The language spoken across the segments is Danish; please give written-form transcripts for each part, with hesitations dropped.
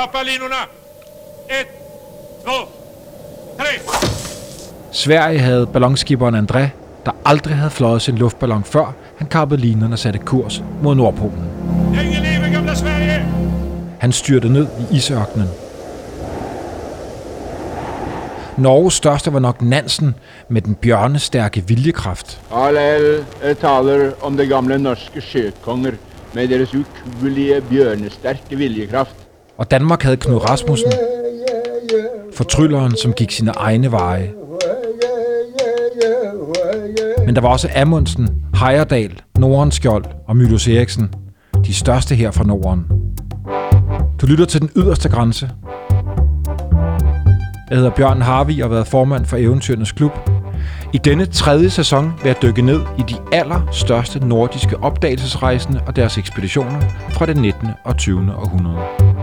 kappa linorna! 1, 2, 3! Sverige havde ballonskiberen André, der aldrig havde fløjet sin luftballon før, han kappede linerne og satte kurs mod Nordpolen. Længe leve gamle Sverige! Han styrtede ned i isørkenen. Norges største var nok Nansen med den bjørnestærke viljekraft. Hallel taler om det gamle norske sjøkonger med deres ukuelige bjørnestærke viljekraft. Og Danmark havde Knud Rasmussen, fortrylleren, som gik sine egne veje. Men der var også Amundsen, Heyerdahl, Nordenskjold og Mylius Eriksen, de største her fra Norden. Du lytter til den yderste grænse. Jeg hedder Bjørn Harvig og har været formand for Eventyrenes Klub. I denne 3. sæson vil jeg dykke ned i de allerstørste nordiske opdagelsesrejsende og deres ekspeditioner fra det 19. og 20. århundrede.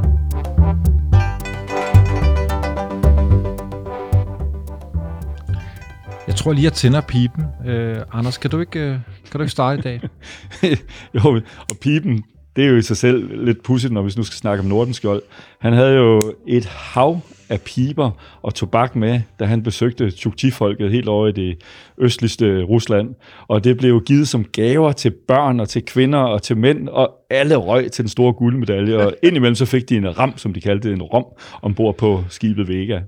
Jeg tror lige, jeg tænder pipen. Anders, kan du ikke starte i dag? Jo, og pipen, det er jo i sig selv lidt pudsigt, når vi nu skal snakke om Nordenskjold. Han havde jo et hav af piber og tobak med, da han besøgte Tjuktji-folket helt over i det østligste Rusland. Og det blev jo givet som gaver til børn og til kvinder og til mænd, og alle røg til den store guldmedalje. Og indimellem så fik de en ram, som de kaldte en rom, ombord på skibet Vega.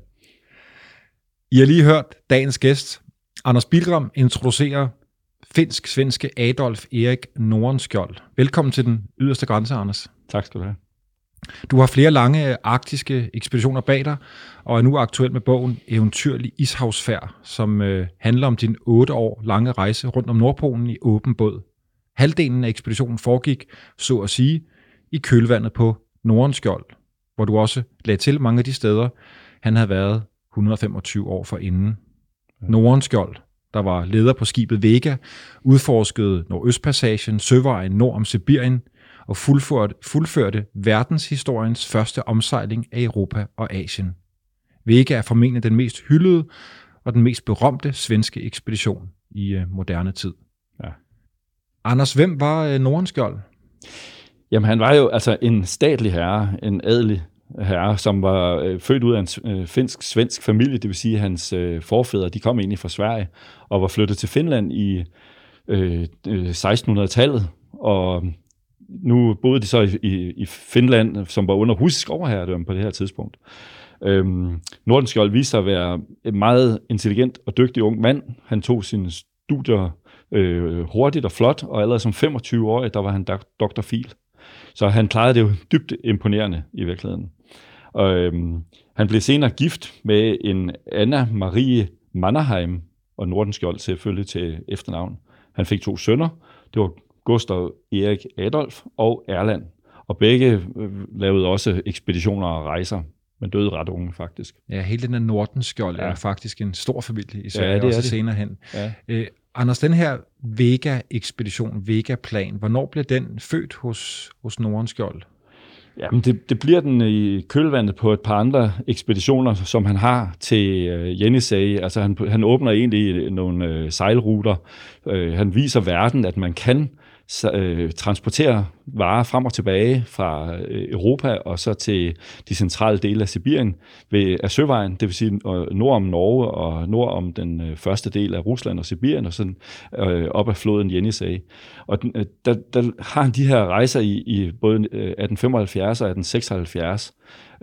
I har lige hørt dagens gæst, Anders Pilgrim, introducerer finsk-svenske Adolf Erik Nordenskjold. Velkommen til den yderste grænse, Anders. Tak skal du have. Du har flere lange arktiske ekspeditioner bag dig, og er nu aktuel med bogen Eventyrlig Ishavsfærd, som handler om din 8 år lange rejse rundt om Nordpolen i åben båd. Halvdelen af ekspeditionen foregik, så at sige, i kølvandet på Nordenskjold, hvor du også lagde til mange af de steder, han havde været 125 år forinden. Nordenskjold, der var leder på skibet Vega, udforskede Nordøstpassagen, søvejen nord om Sibirien og fuldførte verdenshistoriens første omsejling af Europa og Asien. Vega er formentlig den mest hyldede og den mest berømte svenske ekspedition i moderne tid. Ja. Anders, hvem var Nordenskjold? Jamen, han var jo altså en statlig herre, en adelig herre, som var født ud af en finsk-svensk familie, det vil sige, at hans forfædre, de kom egentlig fra Sverige og var flyttet til Finland i 1600-tallet, og nu boede de så i Finland, som var under russisk overherredømme på det her tidspunkt. Nordenskjold viste sig at være en meget intelligent og dygtig ung mand. Han tog sine studier hurtigt og flot, og allerede som 25-årig, der var han doktorfil. Så han klarede det jo dybt imponerende i virkeligheden. Og, han blev senere gift med en Anna Marie Mannerheim, og Nordenskjold selvfølgelig til efternavn. Han fik 2 sønner. Det var Gustav Erik Adolf og Erland. Og begge lavede også ekspeditioner og rejser, men døde ret unge faktisk. Ja, hele den her Nordenskjold er faktisk en stor familie i Sverige, ja, det også det. Senere hen. Ja. Anders, den her Vega-ekspedition, Vega-plan, hvornår blev den født hos Nordenskjold? Jamen, det bliver den i kølvandet på et par andre ekspeditioner, som han har til Jenisej. Altså, han åbner egentlig nogle sejlruter. Han viser verden, at man kan transportere varer frem og tilbage fra Europa og så til de centrale dele af Sibirien af søvejen, det vil sige nord om Norge og nord om den første del af Rusland og Sibirien og sådan op ad floden Jenisej. Og der har han de her rejser i både 1875 og 1876.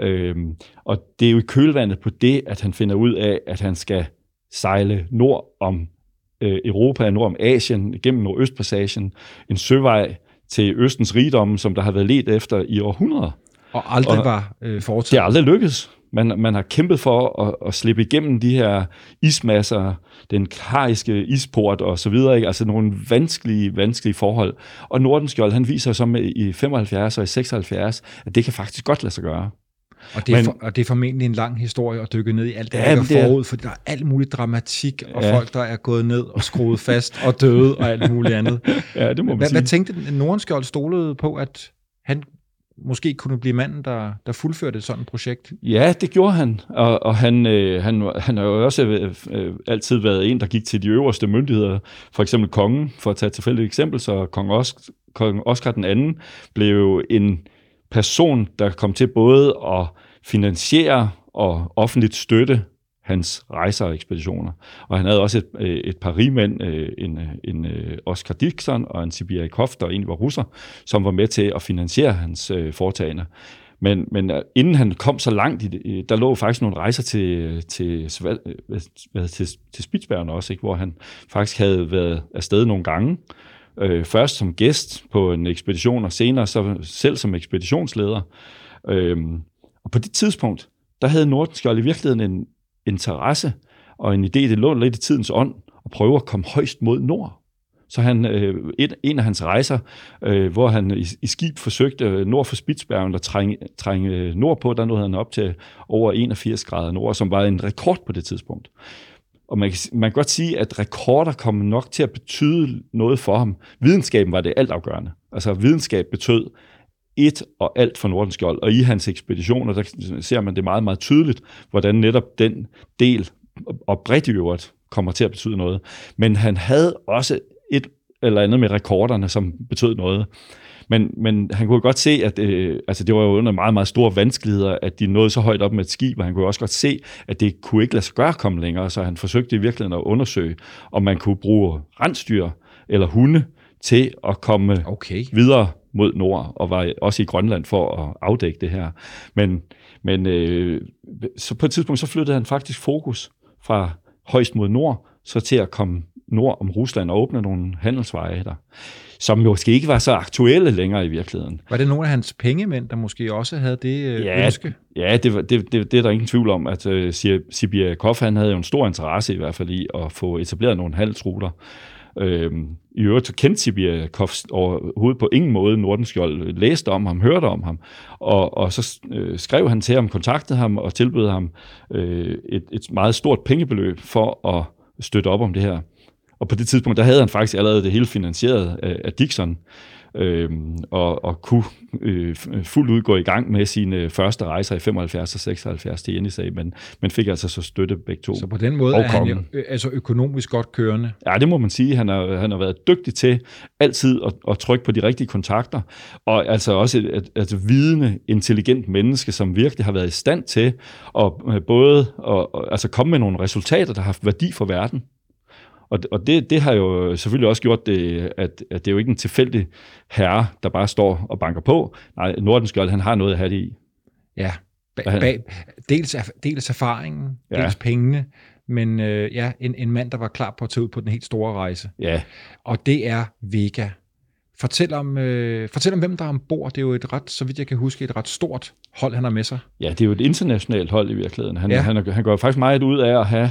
Og det er jo i kølvandet på det, at han finder ud af, at han skal sejle nord om Europa, nord om Asien, gennem Nordøstpassagen, en søvej til Østens rigdomme, som der har været ledt efter i århundreder. Og aldrig var foretaget. Det er aldrig lykkedes. Man har kæmpet for at slippe igennem de her ismasser, den kariske isport og så videre, ikke? Altså nogle vanskelige forhold. Og Nordenskjold, han viser som i 75 og i 76, at det kan faktisk godt lade sig gøre. Og det er formentlig en lang historie at dykke ned i alt det, der forud, for der er alt muligt dramatik, og folk, der er gået ned og skruet fast og døde og alt muligt andet. Ja, det må man sige. Hvad tænkte Nordenskjold stolede på, at han måske kunne blive manden, der fuldførte sådan et projekt? Ja, det gjorde han, og han har jo også altid været en, der gik til de øverste myndigheder, for eksempel kongen, for at tage et tilfældigt eksempel, så kong Oscar den anden blev en person, der kom til både at finansiere og offentligt støtte hans rejser og ekspeditioner. Og han havde også et par rigmænd, en Oscar Dixon og en Sibirikov, der egentlig var russer, som var med til at finansiere hans foretagende. Men inden han kom så langt, der lå faktisk nogle rejser til Spitsbergen også, ikke? Hvor han faktisk havde været afsted nogle gange. Først som gæst på en ekspedition, og senere så selv som ekspeditionsleder. Og på det tidspunkt, der havde Nordenskjold i virkeligheden en interesse og en idé, det lå lidt i tidens ånd, at prøve at komme højst mod nord. Så han, en af hans rejser, hvor han i skib forsøgte nord for Spitsbergen at trænge nordpå, der nåede han op til over 81 grader nord, som var en rekord på det tidspunkt. Og man kan godt sige, at rekorder kom nok til at betyde noget for ham. Videnskaben var det altafgørende. Altså videnskab betød et og alt for Nordenskjold, og i hans ekspeditioner, der ser man det meget, meget tydeligt, hvordan netop den del, og bredt i øvrigt, kommer til at betyde noget. Men han havde også et eller andet med rekorderne, som betød noget. Men han kunne godt se, at det var jo under meget, meget store vanskeligheder, at de nåede så højt op med et skib, og han kunne også godt se, at det kunne ikke lade sig gøre at komme længere, så han forsøgte i virkeligheden at undersøge, om man kunne bruge rensdyr eller hunde til at komme videre mod nord, og var også i Grønland for at afdække det her. Men så på et tidspunkt, så flyttede han faktisk fokus fra højst mod nord, så til at komme nord om Rusland og åbne nogle handelsveje der, som måske ikke var så aktuelle længere i virkeligheden. Var det nogle af hans pengemænd, der måske også havde det ønske? Ja, det er der ingen tvivl om, at Sibirikov, han havde jo en stor interesse i hvert fald i at få etableret nogle handelsruter. I øvrigt så kendte Sibirikov overhovedet på ingen måde Nordenskjold, læste om ham, hørte om ham, og så skrev han til ham, kontaktede ham og tilbød ham et meget stort pengebeløb for at støtte op om det her. Og på det tidspunkt, der havde han faktisk allerede det hele finansieret af Dixon, og kunne fuldt ud gå i gang med sine første rejser i 75 og 76 til Jenisej, men fik altså så støtte begge to. Så på den måde er han jo altså økonomisk godt kørende? Ja, det må man sige. Han har været dygtig til altid at trykke på de rigtige kontakter, og altså også et vidende, intelligent menneske, som virkelig har været i stand til at både at komme med nogle resultater, der har haft værdi for verden. Og det har jo selvfølgelig også gjort det, at det er jo ikke en tilfældig herre, der bare står og banker på. Nej, Nordenskjold, han har noget at have det i. Ja, dels erfaringen, dels pengene, men en mand, der var klar på at tage ud på den helt store rejse. Ja. Og det er Vega. Fortæl om, hvem der er ombord. Det er jo så vidt jeg kan huske, et ret stort hold, han har med sig. Ja, det er jo et internationalt hold i virkeligheden. Han går faktisk meget ud af at have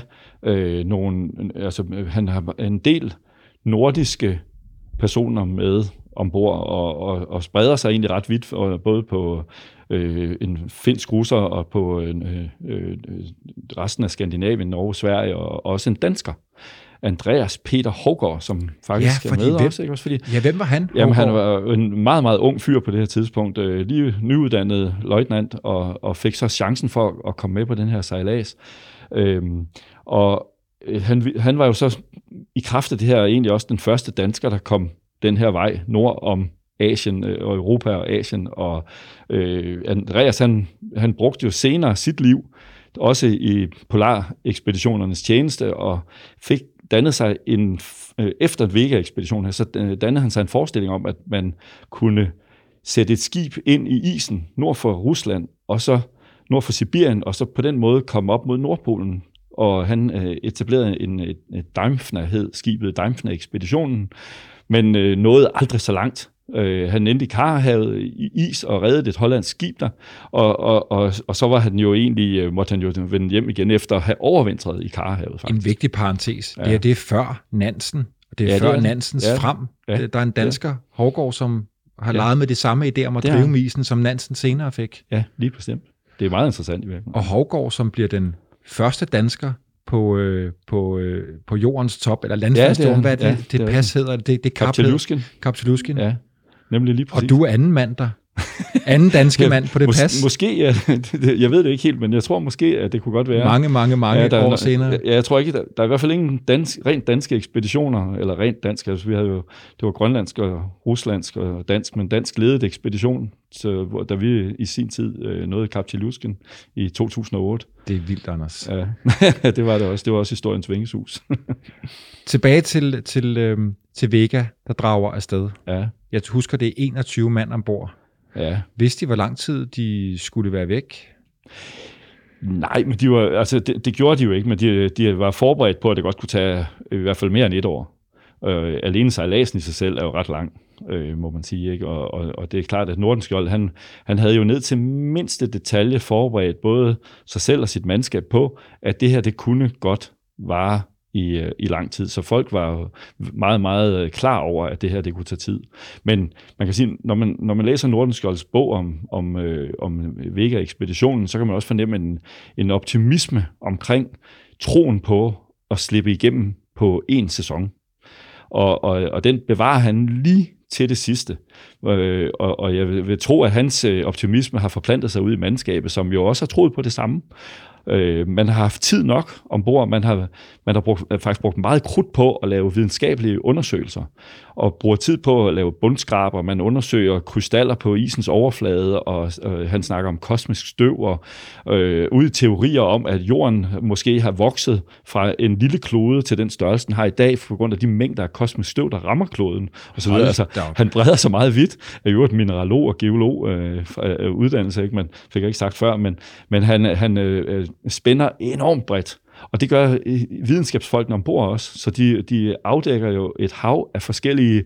han har en del nordiske personer med ombord, og spreder sig egentlig ret vidt, både på en finsk russer og på resten af Skandinavien, Norge, Sverige, og også en dansker. Andreas Peter Hougaard, som faktisk er med også. Ikke? Fordi, hvem var han? Jamen, han var en meget, meget ung fyr på det her tidspunkt, lige nyuddannet løjtnant, og fik så chancen for at komme med på den her sejlads. Og han var jo så i kraft af det her egentlig også den første dansker, der kom den her vej nord om Asien og Europa og Asien. Og Andreas, han brugte jo senere sit liv også i polarekspeditionernes tjeneste, og fik dannet sig efter Vega-ekspedition her, så dannede han sig en forestilling om, at man kunne sætte et skib ind i isen nord for Rusland, og så nord for Sibirien, og så på den måde komme op mod Nordpolen. Og han etablerede et Dampfner, hed skibet Dampfner-ekspeditionen, men nåede aldrig så langt. Han endte i Karahavet i is og reddede et hollandsk skib der, og så var han jo egentlig, måtte han jo vende hjem igen efter at have overvintret i Karahavet. Faktisk. En vigtig parentes. Ja. Det er før Nansen, og det er før Nansens frem. Ja. Der er en dansker, Hougaard, som har leget med det samme idé om at drive med isen, som Nansen senere fik. Ja, lige bestemt. Det er meget interessant i virkeligheden. Og Hougaard, som bliver den første dansker på jordens top, eller landfastjorden, hvad er det pas hedder? Det Kapteluskin. Kapteluskin. Ja, nemlig lige præcis. Og du er anden mand, der Anden danske mand på det pas. Måske, ja, jeg ved det ikke helt, men jeg tror måske, at det kunne godt være. Mange år senere. Jeg tror ikke, der er i hvert fald ingen rent danske ekspeditioner, eller rent dansk, altså vi havde jo, det var grønlandsk og ruslandsk og dansk, men dansk ledet ekspedition, så, da vi i sin tid nåede Kaptilusken i 2008. Det er vildt, Anders. Ja, det var det også. Det var også historiens vingeshus. Tilbage til Vega, der drager afsted. Ja. Jeg husker, det er 21 mand ombord. Ja. Vidste de, hvor lang tid de skulle være væk? Nej, men de var, altså det gjorde de jo ikke, men de var forberedt på, at det godt kunne tage i hvert fald mere end 1 år. Alene sejladsen i sig selv er jo ret lang, må man sige, ikke? Og det er klart, at Nordenskjold, han havde jo ned til mindste detalje forberedt både sig selv og sit mandskab på, at det her, det kunne godt vare i lang tid. Så folk var meget, meget klar over, at det her, det kunne tage tid. Men man kan sige, når man læser Nordenskjolds bog om Vega-ekspeditionen, så kan man også fornemme en optimisme omkring troen på at slippe igennem på 1 sæson. Og den bevarer han lige til det sidste. Og jeg vil tro, at hans optimisme har forplantet sig ud i mandskabet, som jo også har troet på det samme. Man har haft tid nok ombord. Man har faktisk brugt meget krudt på at lave videnskabelige undersøgelser, og bruger tid på at lave bundskraber. Man undersøger krystaller på isens overflade, og han snakker om kosmisk støv, og ude i teorier om, at jorden måske har vokset fra en lille klode til den størrelse, den har i dag, på grund af de mængder af kosmisk støv, der rammer kloden. Og så videre. Altså, han breder sig meget vidt. Er jo et mineralog og geolog uddannelse, ikke? Man fik ikke sagt før, men han spænder enormt bredt. Og det gør videnskabsfolkene ombord også, så de afdækker jo et hav af forskellige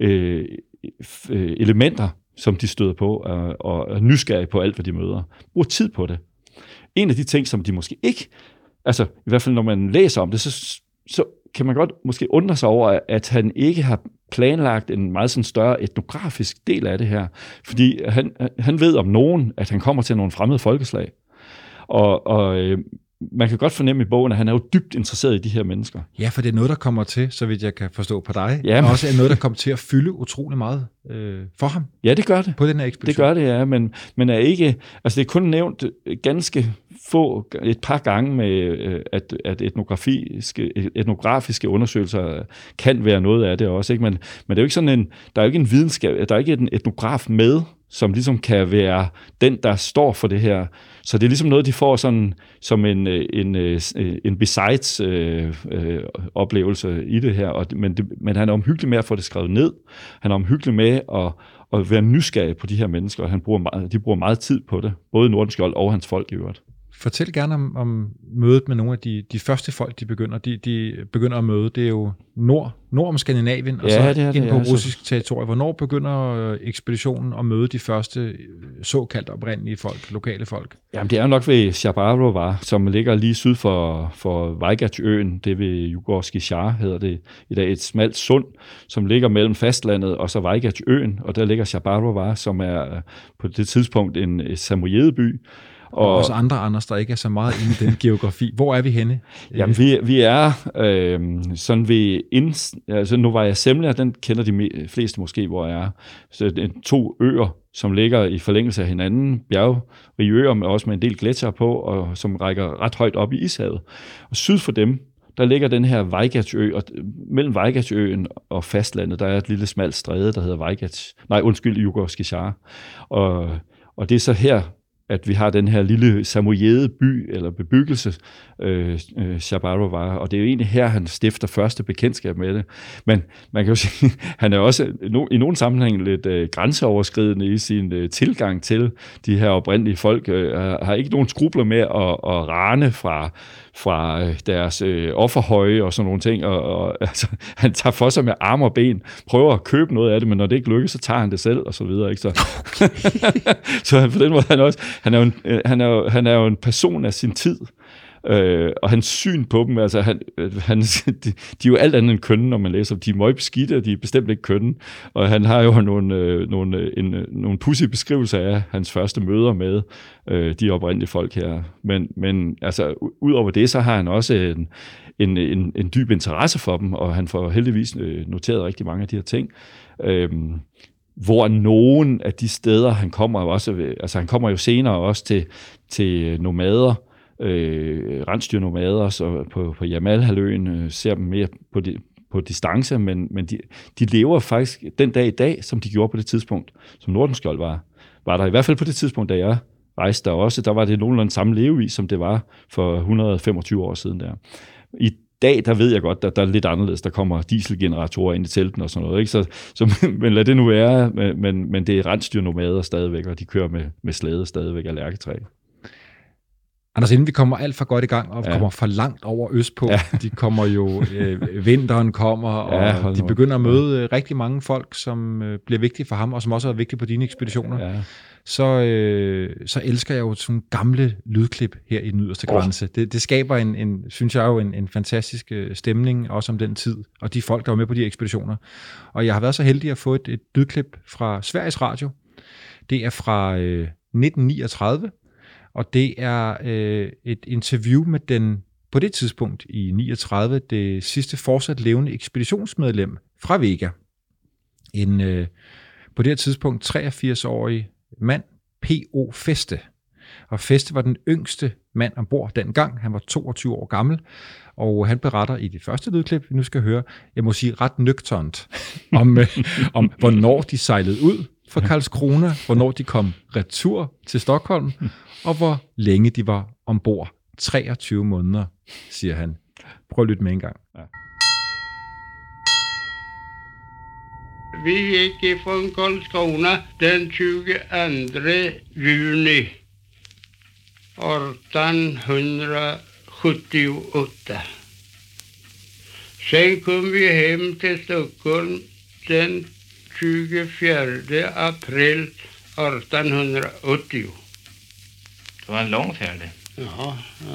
elementer, som de støder på, og er nysgerrige på alt, hvad de møder. Bruger tid på det. En af de ting, som de måske ikke, altså i hvert fald når man læser om det, så kan man godt måske undre sig over, at han ikke har planlagt en meget sådan større etnografisk del af det her. Fordi han ved om nogen, at han kommer til nogle fremmede folkeslag. Og man kan godt fornemme i bogen, at han er jo dybt interesseret i de her mennesker. Ja, for det er noget, der kommer til, så vidt jeg kan forstå på dig, ja, og også er noget, der kommer til at fylde utrolig meget for ham. Ja, det gør det. På den her ekspedition. Det gør det, ja, men er ikke, altså det er kun nævnt ganske et par gange med, at etnografiske undersøgelser kan være noget af det også, ikke? Men det er jo ikke sådan der er jo ikke en videnskab, der er ikke en etnograf med, som ligesom kan være den, der står for det her. Så det er ligesom noget, de får sådan som en besides oplevelse i det her. Men han er omhyggelig med at få det skrevet ned. Han er omhyggelig med at være nysgerrig på de her mennesker, og de bruger meget tid på det. Både Nordenskjold og hans folk i øvrigt. Fortæl gerne om mødet med nogle af de første folk, de begynder at møde. Det er jo nord om Skandinavien, og ja, så ind på russisk territorie. Hvornår begynder ekspeditionen at møde de første såkaldt oprindelige folk, lokale folk? Jamen, det er jo nok ved Chabarova, som ligger lige syd for Vajgatsøen. Det ved Jugorski Shar, hedder det i dag. Et smalt sund, som ligger mellem fastlandet og så Vajgatsøen, og der ligger Chabarova, som er på det tidspunkt en samojedeby. Og også andre, Anders, der ikke er så meget inde i den geografi. Hvor er vi henne? Jamen, vi er sådan ved... Altså, Novaja Zemlja, den kender de fleste måske, hvor jeg er. Så det er 2 øer, som ligger i forlængelse af hinanden. Bjergrige øer, med også med en del gletsjer på, og som rækker ret højt op i ishavet. Og syd for dem, der ligger den her Vajgatsø, og mellem Vajgatsøen og fastlandet, der er et lille smalt stræde, der hedder Jugorski Shar. Og det er så her, at vi har den her lille samojede by eller bebyggelse, Chabarova, og det er jo egentlig her, han stifter første bekendtskab med det. Men man kan jo sige, han er også i nogle sammenhæng lidt grænseoverskridende i sin tilgang til de her oprindelige folk, har ikke nogen skrubler med at rane fra deres offerhøje og sådan nogle ting, og altså, han tager for sig med arme og ben, prøver at købe noget af det, men når det ikke lykkes, så tager han det selv, og så videre, ikke? Så på den måde, han er jo en person af sin tid, og hans syn på dem, altså de er jo alt andet end kønne, når man læser dem. De er møgbeskidte, og de er bestemt ikke kønne, og han har jo nogle pudsige beskrivelser af hans første møder med de oprindelige folk her. Men altså, ud over det, så har han også en dyb interesse for dem, og han får heldigvis noteret rigtig mange af de her ting. hvor nogen af de steder, han kommer jo også, altså han kommer jo senere også til nomader, rensdyrnomader, så på Jamalhalvøen ser dem mere på distance, men de lever faktisk den dag i dag, som de gjorde på det tidspunkt, som Nordenskjold var der i hvert fald på det tidspunkt, da jeg rejste der også, der var det nogenlunde samme levevis, som det var for 125 år siden der. I dag, der ved jeg godt, at der er lidt anderledes, der kommer dieselgeneratorer ind i telten og sådan noget, ikke? Men lad det nu være, men det er rensdyrnomader stadigvæk, og de kører med slæde stadigvæk af lærketræ. Anders, inden vi kommer alt for godt i gang, og kommer for langt over østpå, de kommer jo, vinteren kommer, og de begynder at møde rigtig mange folk, som bliver vigtige for ham, og som også er vigtige på dine ekspeditioner, så elsker jeg jo sådan gamle lydklip her i den yderste grænse. Det skaber synes jeg jo, en fantastisk stemning, også om den tid, og de folk, der var med på de ekspeditioner. Og jeg har været så heldig at få et lydklip fra Sveriges Radio. Det er fra 1939, og det er et interview med den, på det tidspunkt i 39, det sidste fortsat levende ekspeditionsmedlem fra Vega. En på det her tidspunkt 83-årig mand, P.O. Feste. Og Feste var den yngste mand ombord dengang. Han var 22 år gammel, og han beretter i det første lydklip, vi nu skal høre, jeg må sige ret nøgternt, om hvornår de sejlede ud fra Karlskrona, hvornår de kom retur til Stockholm, og hvor længe de var ombord. 23 måneder, siger han. Prøv at lytte med en gang. Ja. Vi gick ifrån Karlskrona den 22 juni 1878. Sen kom vi hem till Stockholm den 24 april 1880. Det var en lång färd. Ja,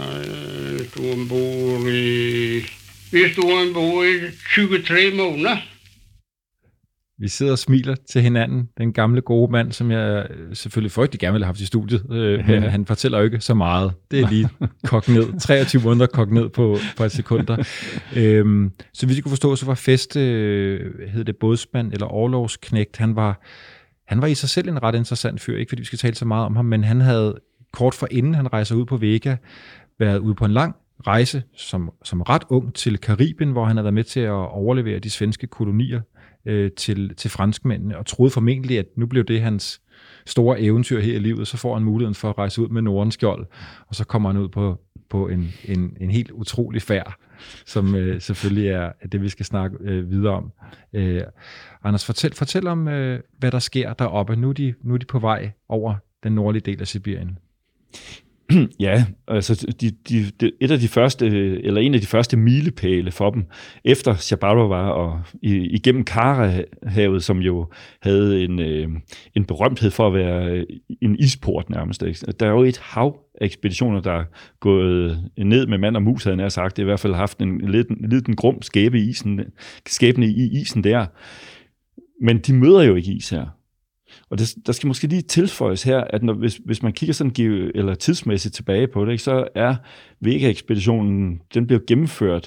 vi stod ombord i 23 måneder. Vi sidder og smiler til hinanden. Den gamle gode mand, som jeg selvfølgelig frygtelig gerne ville have haft i studiet, men han fortæller jo ikke så meget. Det er lige kogt ned. 23 måneder kogt ned på et sekunder. Så hvis I kunne forstå, så var Feste, hed det bådsmand eller orlovsknægt. Han var i sig selv en ret interessant fyr, ikke fordi vi skal tale så meget om ham, men han havde kort forinden han rejser ud på Vega, været ude på en lang rejse som ret ung til Karibien, hvor han havde været med til at overlevere de svenske kolonier til franskmændene, og troede formentlig, at nu blev det hans store eventyr her i livet, så får han muligheden for at rejse ud med Nordenskjold, og så kommer han ud på en helt utrolig færd, som selvfølgelig er det, vi skal snakke videre om. Anders, fortæl om, hvad der sker deroppe. Nu er de på vej over den nordlige del af Sibirien. Ja, altså en af de første milepæle for dem, efter Chabarova og igennem Karahavet, som jo havde en berømthed for at være en isport nærmest. Der er jo et hav af ekspeditioner, der er gået ned med mand og mus, havde jeg sagt. Det har i hvert fald haft en lidt grum skæbne i isen der. Men de møder jo ikke is her. Og der skal måske lige tilføjes her, at hvis man kigger sådan eller tidsmæssigt tilbage på det, ikke, så er Vega-ekspeditionen, den blev gennemført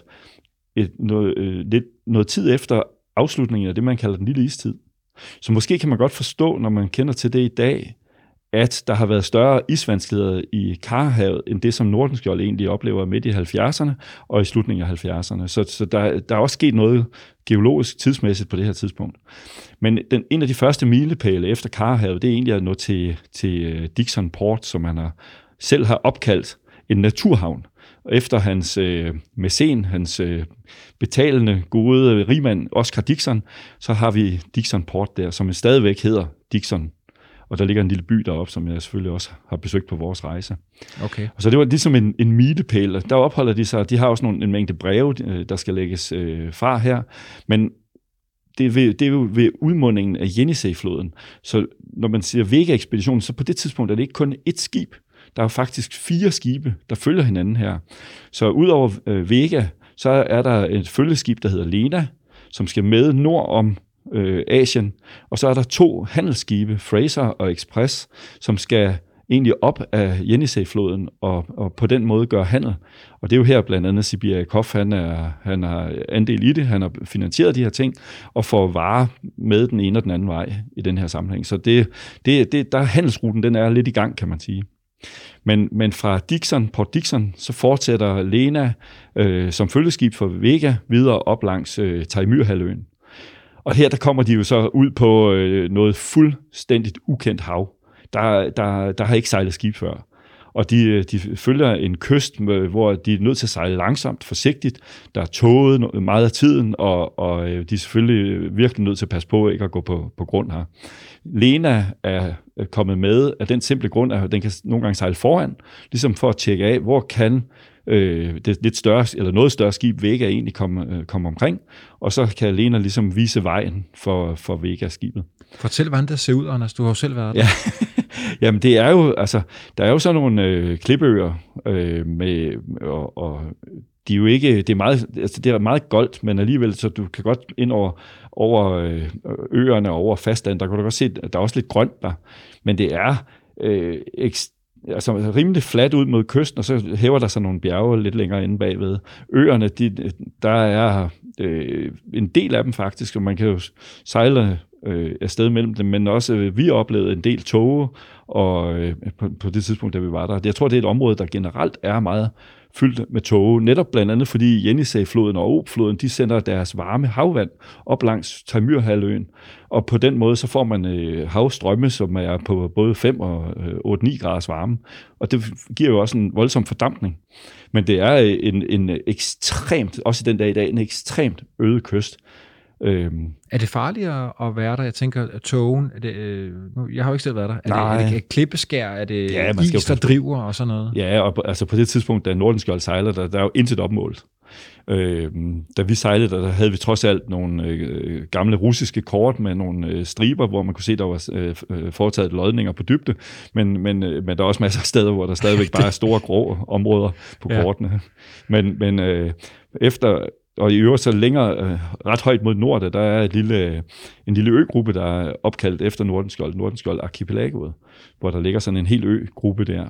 noget tid efter afslutningen af det, man kalder den lille istid. Så måske kan man godt forstå, når man kender til det i dag, at der har været større isvanskeligheder i Karahavet, end det, som Nordenskjold egentlig oplever midt i 70'erne og i slutningen af 70'erne. Så der er også sket noget geologisk tidsmæssigt på det her tidspunkt. Men en af de første milepæle efter Karahavet, det er egentlig at nå til Dixon Port, som han selv har opkaldt en naturhavn. Og efter hans mæcen, hans betalende gode rigmand Oscar Dixon, så har vi Dixon Port der, som stadigvæk hedder Dixon. Og der ligger en lille by deroppe, som jeg selvfølgelig også har besøgt på vores rejse. Okay. Og så det var ligesom en milepæl. Der opholder de sig, de har også en mængde breve, der skal lægges fra her. Men det er jo ved udmundingen af Jenisej-floden. Så når man siger Vega-ekspeditionen, så på det tidspunkt er det ikke kun ét skib. Der er faktisk 4 skibe, der følger hinanden her. Så udover Vega, så er der et følgeskib, der hedder Lena, som skal med nord om Asien, og så er der 2 handelsskibe, Fraser og Express, som skal egentlig op af Jenisej-floden og på den måde gøre handel. Og det er jo her blandt andet Sibirjakov, han har andel i det, han har finansieret de her ting, og får varer med den ene og den anden vej i den her sammenhæng. Så der handelsruten, den er lidt i gang, kan man sige. Men fra Port Dixon, så fortsætter Lena som følgeskib for Vega videre op langs Taimyrhalvøen. Og her der kommer de jo så ud på noget fuldstændigt ukendt hav. Der har ikke sejlet skib før. Og de følger en kyst, hvor de er nødt til at sejle langsomt, forsigtigt. Der er tåget meget af tiden, og de er selvfølgelig virkelig nødt til at passe på ikke at gå på grund her. Lena er kommet med af den simple grund, at den kan nogle gange sejle foran, ligesom for at tjekke af, hvor kan det lidt større, eller noget større skib Vega egentlig komme omkring, og så kan Lena ligesom vise vejen for Vega-skibet. Fortæl, hvordan det ser ud, Anders. Du har jo selv været der. Ja. Jamen, det er jo, altså, der er jo sådan nogle klippeøer og de er jo ikke, det er meget, altså det er meget goldt, men alligevel, så du kan godt ind over øerne og over fastlandet, der kan du godt se, at der er også lidt grønt der, men det er altså rimelig fladt ud mod kysten, og så hæver der sig nogle bjerge lidt længere inde bagved. Øerne, der er en del af dem faktisk, og man kan jo sejle afsted mellem dem, men også vi oplevede en del tåge og på det tidspunkt, da vi var der. Jeg tror, det er et område, der generelt er meget fyldt med tåge, netop blandt andet fordi Jenisej-floden og Ob-floden, de sender deres varme havvand op langs Taimyrhalvøen, og på den måde så får man havstrømme, som er på både 5 og 8-9 graders varme, og det giver jo også en voldsom fordampning. Men det er en ekstremt, også den dag i dag, en ekstremt øde kyst. Er det farligere at være der? Jeg tænker, at tågen, jeg har jo ikke selv været der. Er det klippeskær? Er det is, der driver og sådan noget? Ja, og altså på det tidspunkt, da Nordenskjold sejler, der er jo intet opmålt. Da vi sejlede, der havde vi trods alt nogle gamle russiske kort med nogle striber, hvor man kunne se, der var foretaget lodninger på dybde, men der er også masser af steder, hvor der stadigvæk bare er store grå områder på kortene. Men efter... Og i øvrigt så længere, ret højt mod nord, der er en lille øgruppe, der er opkaldt efter Nordenskjold Archipelagoet, hvor der ligger sådan en hel øgruppe der.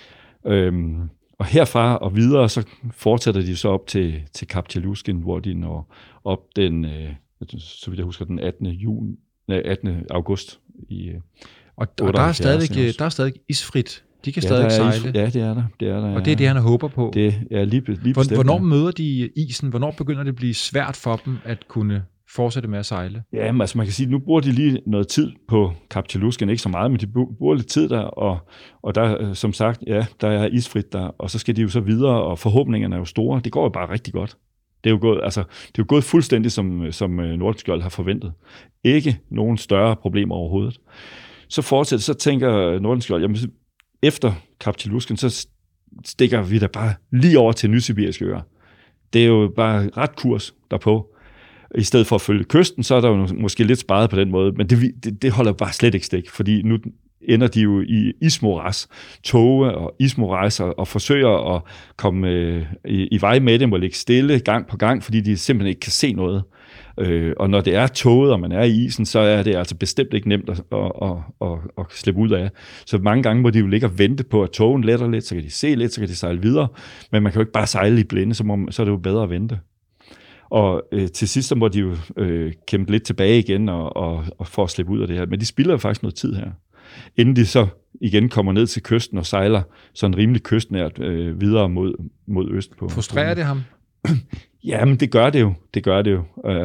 Og herfra og videre, så fortsætter de så op til Kap Tjeluskin, hvor de når op den, så vidt jeg husker, den 18. august i og der er stadig isfrit. De kan stadig sejle. Ja, det er der. Og det er det, han håber på. Det er lige bestemt. Hvornår møder de isen? Hvornår begynder det at blive svært for dem at kunne fortsætte med at sejle? Ja, men altså man kan sige, at nu bruger de lige noget tid på Kap Tjeluskin, ikke så meget, men de bruger lidt tid der, og der, som sagt, ja, der er isfrit der, og så skal de jo så videre, og forhåbningerne er jo store. Det går jo bare rigtig godt. Det er jo gået fuldstændig, som Nordenskjold har forventet. Ikke nogen større problemer overhovedet. Så tænker Nordenskjold, jamen efter Kap Tjeluskin, så stikker vi da bare lige over til Nysibiriske øer. Det er jo bare ret kurs derpå. I stedet for at følge kysten, så er der jo måske lidt sparet på den måde, men det holder bare slet ikke stik, fordi nu ender de jo i ismoras, tåge og ismoras, og forsøger at komme i vej med dem og ligge stille gang på gang, fordi de simpelthen ikke kan se noget. Og når det er tåget, og man er i isen, så er det altså bestemt ikke nemt at slippe ud af. Så mange gange må de jo ligge og vente på, at tågen letter lidt, så kan de se lidt, så kan de sejle videre, men man kan jo ikke bare sejle i blinde, så er det jo bedre at vente. Og til sidst så må de jo kæmpe lidt tilbage igen og for at slippe ud af det her. Men de spilder jo faktisk noget tid her, inden de så igen kommer ned til kysten og sejler sådan rimelig kystnært videre mod øst på. Frustrerer det ham? Jamen, det gør det jo.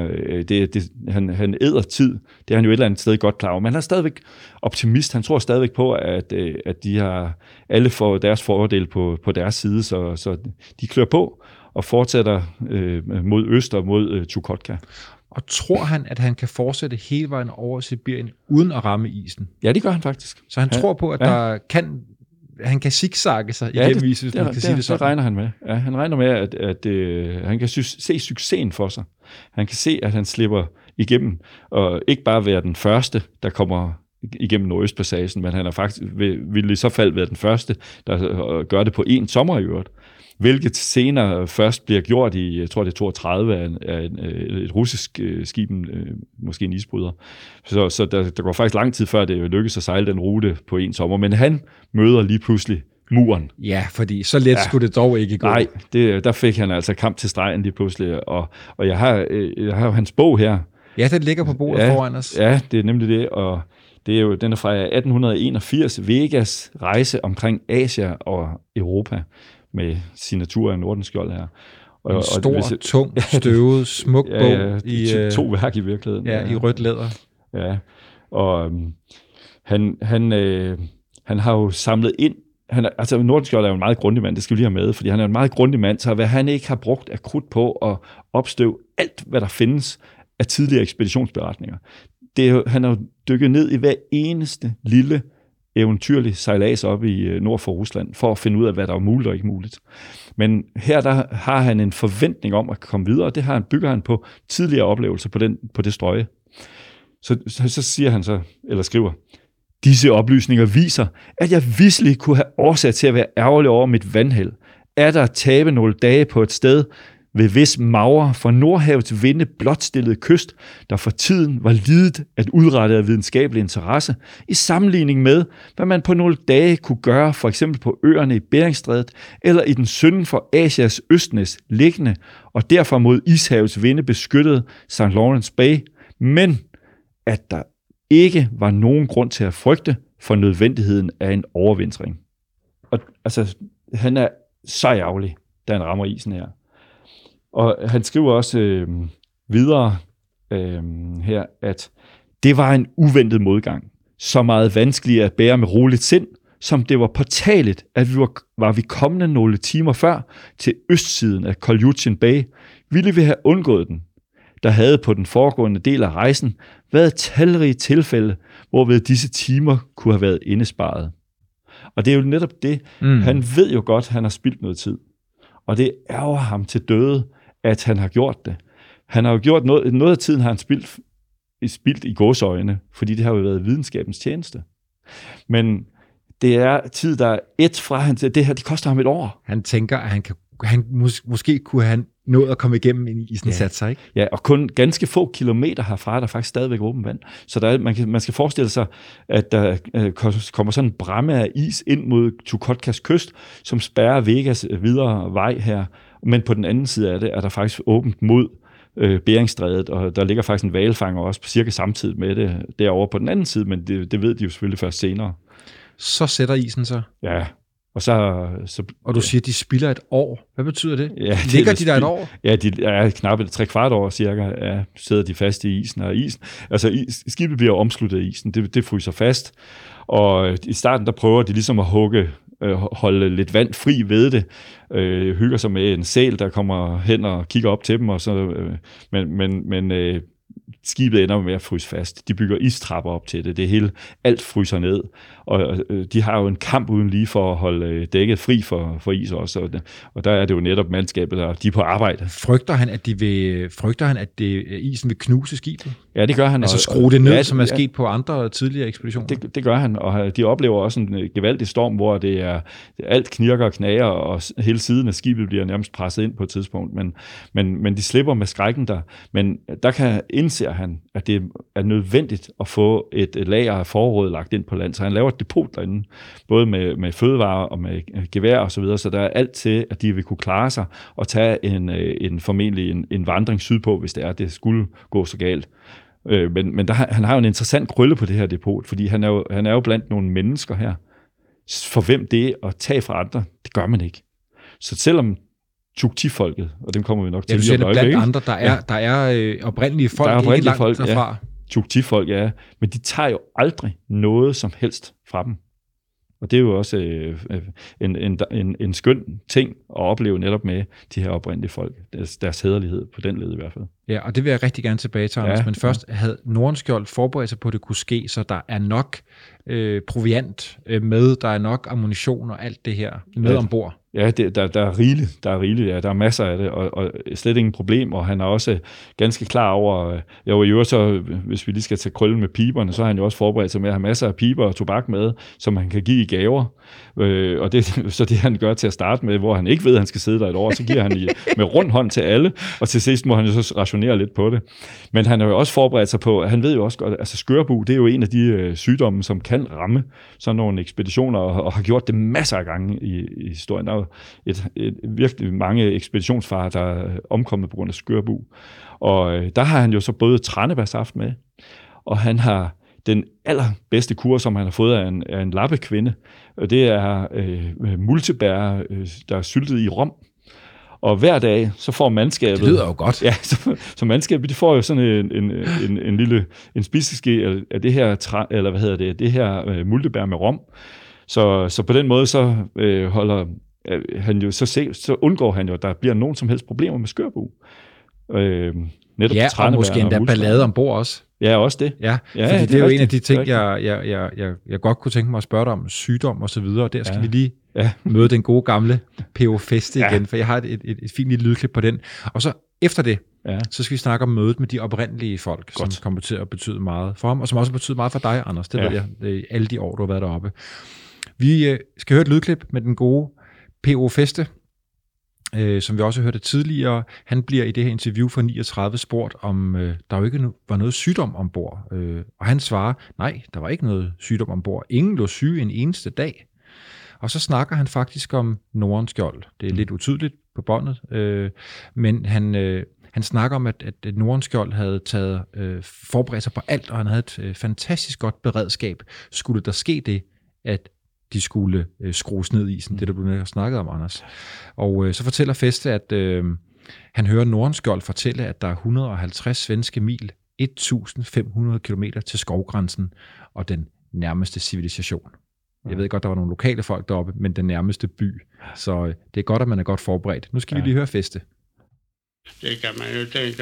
Han æder tid. Det er han jo et eller andet sted godt klar over. Men han er stadigvæk optimist. Han tror stadigvæk på, at de har alle får deres fordel på deres side, så de klør på og fortsætter mod øst og mod Chukotka. Og tror han, at han kan fortsætte hele vejen over Sibirien uden at ramme isen? Ja, det gør han faktisk. Så han tror på, at han kan zigzagge sig igennem isen, hvis man kan sige det sådan. Det regner han med. Ja, han regner med, at han kan se succesen for sig. Han kan se, at han slipper igennem, og ikke bare være den første, der kommer igennem Nordøstpassagen, men han er faktisk vil i så fald være den første, der gør det på en sommer i øvrigt. hvilket senere først bliver gjort i, jeg tror det er 32 af et russisk skib, måske en isbryder. Så der går faktisk lang tid før det lykkes at sejle den rute på en sommer, men han møder lige pludselig muren. Ja, fordi så let skulle det dog ikke gå. Nej, der fik han altså kamp til stregen lige pludselig, og jeg har jo hans bog her. Ja, den ligger på bordet foran os. Ja, det er nemlig det, og den er fra 1881, Vegas rejse omkring Asia og Europa, med signatur af Nordenskjold her. En stor, tung, støvet, smuk bog. Ja, i 2 værk i virkeligheden. Ja, i rødt læder. Ja, og han har jo samlet ind. Altså Nordenskjold er jo en meget grundig mand, det skal vi lige have med, fordi han er en meget grundig mand, så hvad han ikke har brugt af krudt på at opstøve alt, hvad der findes af tidligere ekspeditionsberetninger. Han har jo dykket ned i hver eneste lille eventyrlig sejlads op i nord for Rusland, for at finde ud af, hvad der er muligt og ikke muligt. Men her der har han en forventning om at komme videre, og det bygger han på tidligere oplevelser på det strøje. Så siger han så, eller skriver, disse oplysninger viser, at jeg visselig kunne have årsag til at være ærgerlig over mit vandheld. Er der at tabe nogle dage på et sted, ved hvis magre for Nordhavets vinde blotstillede kyst, der for tiden var lidet at udrette af videnskabelig interesse, i sammenligning med, hvad man på nogle dage kunne gøre, for eksempel på øerne i Beringstrædet, eller i den sønden for Asias østnæs liggende, og derfor mod Ishavets vinde beskyttede St. Lawrence Bay, men at der ikke var nogen grund til at frygte for nødvendigheden af en overvintring. Og altså, han er så ærgerlig, da han rammer isen her. Og han skriver også videre her, at det var en uventet modgang. Så meget vanskeligere at bære med roligt sind, som det var påtageligt, at vi kommende nogle timer før til østsiden af Kolyuchin Bay, ville vi have undgået den. Der havde på den foregående del af rejsen været talrige tilfælde, hvorved disse timer kunne have været indesparet. Og det er jo netop det. Han ved jo godt, at han har spildt noget tid. Og det ærger ham til døde, at han har gjort det. Han har jo gjort noget af tiden, har han spildt i gåseøjne, fordi det har jo været videnskabens tjeneste. Men det er tid, der er et fra han til det her, det koster ham et år. Han tænker, at måske kunne han nå at komme igennem ind i isen sat sig, ikke? Ja, og kun ganske få kilometer herfra er der faktisk stadigvæk åben vand. Så man skal forestille sig, at der kommer sådan en bræmme af is ind mod Chukotkas kyst, som spærrer Vegas videre vej her. Men på den anden side af det er der faktisk åbent mod Beringstrædet, og der ligger faktisk en hvalfanger også på cirka samtidig med det derovre på den anden side, men det ved de jo selvfølgelig først senere. Så sætter isen sig. Ja. Og du siger, at de spilder et år. Hvad betyder det? Ja, ligger de der et år? Ja, de er knap 3/4 år cirka, sidder de fast i isen. Og skibet bliver omsluttet af isen, det fryser fast. Og i starten, der prøver de ligesom at holde lidt vand fri ved det. Hygger sig med en sæl, der kommer hen og kigger op til dem. Og så, men skibet ender med at fryse fast. De bygger istrapper op til det. Det hele, alt fryser ned. Og de har jo en kamp uden lige for at holde dækket fri for is også. Og der er det jo netop mandskabet, der de er på arbejde. Frygter han, at isen vil knuse skibet? Ja, det gør han. Altså skrue det ned, som er sket på andre tidligere ekspeditioner? Det gør han, og de oplever også en gevaldig storm, hvor det er alt knirker og knager, og hele siden af skibet bliver nærmest presset ind på et tidspunkt. Men de slipper med skrækken der. Men der indser han, at det er nødvendigt at få et lager af forråd lagt ind på land. Så han laver et depot derinde, både med fødevarer og med gevær og så videre, så der er alt til, at de vil kunne klare sig og tage formentlig en vandring sydpå, hvis det skulle gå så galt. Men han har jo en interessant krølle på det her depot, fordi han er jo blandt nogle mennesker her, for hvem det at tage fra andre, det gør man ikke. Så selvom Chukchi-folket, og dem kommer vi nok til lige at blandt andre, der er oprindelige folk, der er oprindelige ikke langt derfra. Ja. Chukchi-folk, ja, men de tager jo aldrig noget som helst fra dem. Og det er jo også en skøn ting at opleve netop med de her oprindelige folk, deres hæderlighed på den led i hvert fald. Ja, og det vil jeg rigtig gerne tilbage til, Anders. Ja. Men først havde Nordenskjold forberedt sig på, at det kunne ske, så der er nok proviant med, der er nok ammunition og alt det her med ombord. Ja, der er rigeligt. Ja, der er masser af det, og slet ingen problem. Og han er også ganske klar over, så, hvis vi lige skal tage krøllen med piberne, så har han jo også forberedt sig med at have masser af piber og tobak med, som han kan give i gaver. Og så det han gør til at starte med, hvor han ikke ved, at han skal sidde der et år, så giver han med rund hånd til alle, og til sidst må han jo så rationere lidt på det. Men han har jo også forberedt sig på, han ved jo også godt, altså skørbug, det er jo en af de sygdomme, som kan ramme sådan nogle ekspeditioner, og har gjort det masser af gange i historien. Der er jo virkelig mange ekspeditionsfarer, der er omkommet på grund af skørbug. Og der har han jo så både tranebærsaft med, og han har den allerbedste kur, som han har fået af en lappekvinde, og det er multebær, der er syltet i rom. Og hver dag, så får mandskabet... Det lyder jo godt. Ja, så mandskabet, de får jo sådan en lille spiseske af det her, det her multebær med rom. Så på den måde, så holder han jo, så undgår han jo, at der bliver nogen som helst problemer med skørbug. Ja, og måske endda ballade ombord også. Ja, også det. Ja, fordi det er jo en af de ting, jeg godt kunne tænke mig at spørge dig om, sygdom og så videre. Der skal vi lige møde den gode gamle P.O. Feste igen, for jeg har et fint lille lydklip på den. Og så efter det, så skal vi snakke om mødet med de oprindelige folk, som kommer til at betyde meget for ham, og som også betyder meget for dig, Anders. Det ved jeg, alle de år, du har været deroppe. Vi skal høre et lydklip med den gode P.O. Feste, som vi også hørte tidligere. Han bliver i det her interview for 39 spurgt, om der jo ikke var noget sygdom ombord. Og han svarer, nej, der var ikke noget sygdom ombord. Ingen lå syge en eneste dag. Og så snakker han faktisk om Nordenskjold. Det er lidt utydeligt på båndet, men han snakker om, at Nordenskjold havde forberedt sig på alt, og han havde et fantastisk godt beredskab. Skulle der ske det, at de skulle skrues ned i isen, det der blev snakket om, Anders. Og så fortæller Feste, at han hører Nordenskjold fortælle, at der er 150 svenske mil, 1.500 kilometer til skovgrænsen og den nærmeste civilisation. Jeg ved godt, der var nogle lokale folk deroppe, men den nærmeste by. Så det er godt, at man er godt forberedt. Nu skal vi lige høre Feste. Det kan man jo tænke,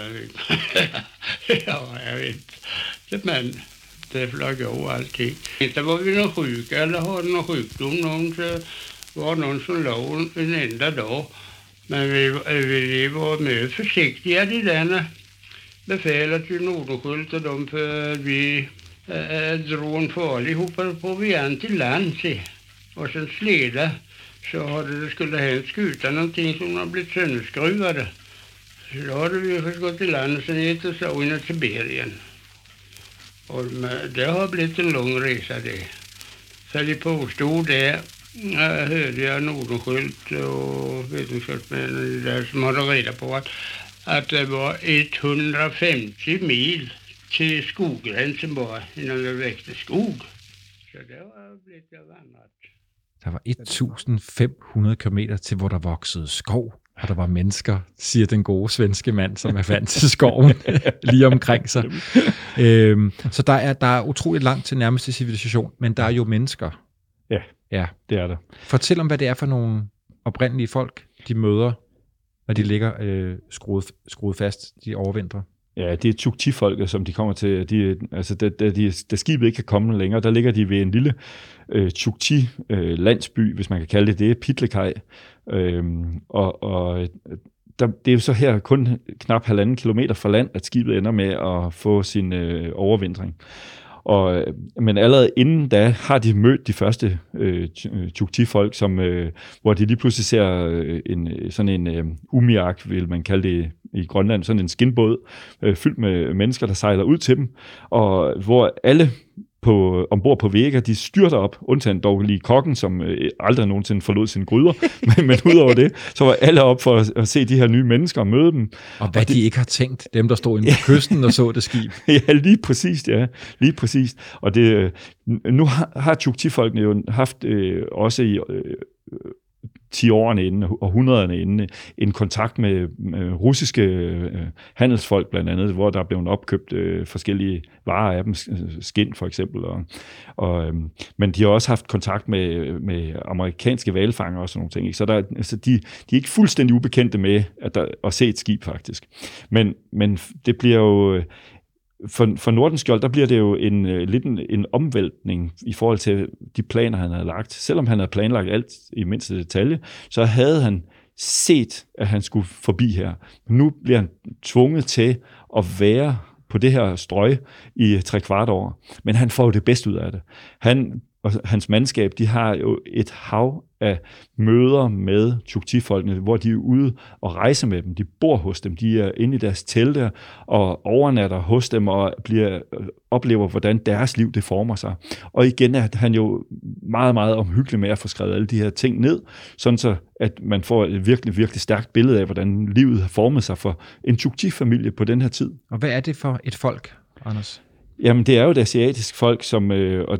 jeg vet. Men det flög over allting. Inte var vi någon sjuk eller hade någon sjukdom. Var någon som låg en enda dag. Men vi var mycket försiktiga i denna befälet till Nordenskjold och de för vi drog en farlig hoppade på igen till land och sen sleda så hade det skulle hänt skutan någonting som har blivit sönderskruvade. Så då hade vi först gått till land och sen hit och så in till Bergen. Och det har blivit en lång resa det. Så de påstod det, hörde jag Nordenskjold och vetenskapsmännen där som hade reda på att det var 150 mil till skoggränsen bara innan det växte skog. Så det var blivit vandrat. Der var 1.500 kilometer til, hvor der voksede skov, og der var mennesker, siger den gode svenske mand, som er vant til skoven lige omkring sig. Så der er utroligt langt til nærmeste civilisation, men der er jo mennesker. Ja, det er der. Fortæl om, hvad det er for nogle oprindelige folk, de møder, når de ligger skruet fast, de overvintrer. Ja, det er Chukchi-folket, som de kommer til. Da skibet ikke kan komme længere, der ligger de ved en lille Chukchi-landsby, hvis man kan kalde det. Det er Pitlekaj. Det er jo så her kun knap 1,5 kilometer fra land, at skibet ender med at få sin overvintring. Men allerede inden da har de mødt de første Chukchi-folk, hvor de lige pludselig ser sådan en umiak, vil man kalde det i Grønland, sådan en skinbåd fyldt med mennesker, der sejler ud til dem, og hvor alle ombord på Vega, de styrter op, undtagen dog lige kokken, som aldrig nogensinde forlod sine gryder, men udover det, så var alle op for at se de her nye mennesker og møde dem. Og hvad de ikke har tænkt, dem der stod inde på kysten og så det skib. Ja, lige præcis. Og nu har Chukchi-folkene jo haft også 10 årene inden, og 100'erne inden, en kontakt med russiske handelsfolk blandt andet, hvor der er blevet opkøbt forskellige varer af dem, skind for eksempel. Men de har også haft kontakt med amerikanske hvalfanger og sådan nogle ting. Ikke? Så de er ikke fuldstændig ubekendte med at se et skib faktisk. Men det bliver jo... For Nordenskjold, der bliver det jo lidt en omvæltning i forhold til de planer, han havde lagt. Selvom han havde planlagt alt i mindste detalje, så havde han set, at han skulle forbi her. Men nu bliver han tvunget til at være på det her strøg i 3/4 år. Men han får jo det bedste ud af det. Han og hans mandskab, de har jo et hav af møder med Chukchi-folkene, hvor de er ude og rejser med dem. De bor hos dem, de er inde i deres telte og overnatter hos dem og oplever, hvordan deres liv det former sig. Og igen er han jo meget, meget omhyggelig med at få skrevet alle de her ting ned, sådan så at man får et virkelig, virkelig stærkt billede af, hvordan livet har formet sig for en Chukchi-familie på den her tid. Og hvad er det for et folk, Anders? Jamen, det er jo et asiatisk folk, som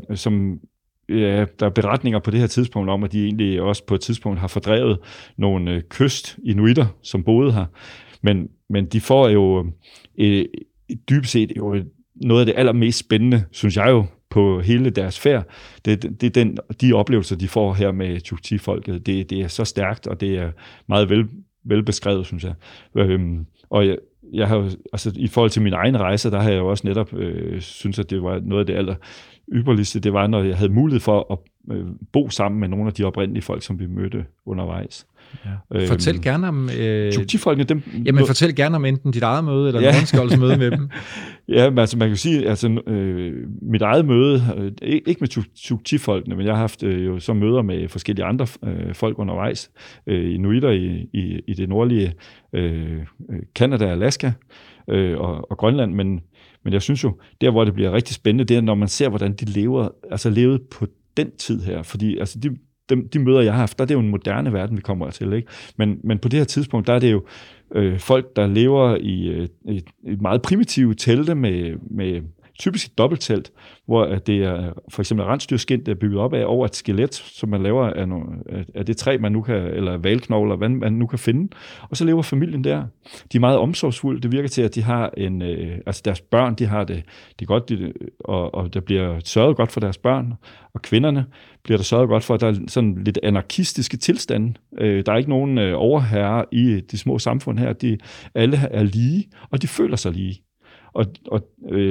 ja, der er beretninger på det her tidspunkt om, at de egentlig også på et tidspunkt har fordrevet nogle kyst-inuitter, som boede her. Men de får jo dybest set jo noget af det allermest spændende, synes jeg jo, på hele deres færd. Det er de oplevelser, de får her med Chukchi-folket. Det er så stærkt, og det er meget velbeskrevet, synes jeg. Og jeg har jo, altså i forhold til mine egne rejser, der har jeg jo også netop synes, at det var noget af det aller ypperligste, det var, når jeg havde mulighed for at bo sammen med nogle af de oprindelige folk, som vi mødte undervejs. Ja. Fortæl gerne om... Chukchi-folkene, dem... Jamen, fortæl gerne om enten dit eget møde, eller Nordenskjolds møde med dem. Ja, men altså, man kan sige, altså, mit eget møde, ikke med Chukchi-folkene, men jeg har haft jo så møder med forskellige andre folk undervejs, inuitter i det nordlige Canada, Alaska og Grønland, men jeg synes jo, der hvor det bliver rigtig spændende, det er, når man ser, hvordan de levede på den tid her, fordi altså de møder, jeg har haft, der er det jo en moderne verden, vi kommer til, ikke? Men på det her tidspunkt, der er det jo folk, der lever i meget primitive telte med typisk et dobbelttelt, hvor det er for eksempel rensdyrskind, der er bygget op af over et skelet, som man laver af det træ, man nu kan, eller valknogler, hvad man nu kan finde. Og så lever familien der. De er meget omsorgsfulde. Det virker til, at de har altså deres børn, de har det godt, og der bliver sørget godt for deres børn. Og kvinderne bliver der sørget godt for, at der er sådan lidt anarkistiske tilstande. Der er ikke nogen overherre i de små samfund her. De alle er lige, og de føler sig lige. Og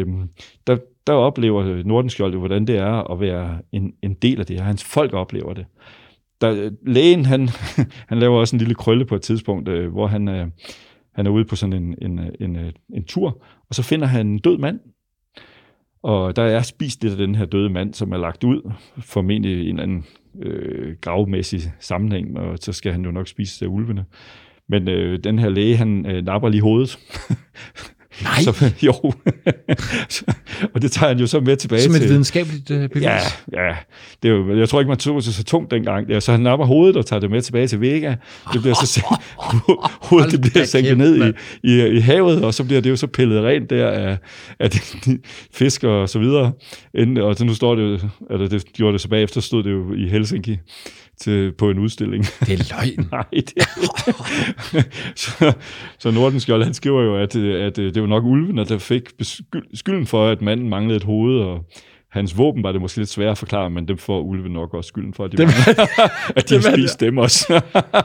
der oplever Nordenskjold, hvordan det er at være en del af det her. Hans folk oplever det. Lægen, han laver også en lille krølle på et tidspunkt, hvor han er ude på sådan en tur, og så finder han en død mand. Og der er spist lidt af den her døde mand, som er lagt ud, formentlig i en eller anden gravmæssig sammenhæng, og så skal han jo nok spise af ulvene. Men den her læge, han napper lige hovedet. Nej. Jo. Og det tager han jo så med tilbage til... Som et videnskabeligt bevis? Ja. Det er jo, jeg tror ikke, man tog det så tungt dengang. Ja, så han napper hovedet og tager det med tilbage til Vega. Det bliver så hovedet det bliver sænket ned i havet, og så bliver det jo så pillet rent der af de fisk og så videre. Og så nu står det jo... Eller det gjorde det så bagefter, stod det jo i Helsinki på en udstilling. Det er løgn. Nej, det er så Nordenskjold, han skriver jo, at det var nok ulvene, der fik skylden for, at manden manglede et hoved, og hans våben var det måske lidt svært at forklare, men dem får ulven nok også skylden for, at de har spist dem også.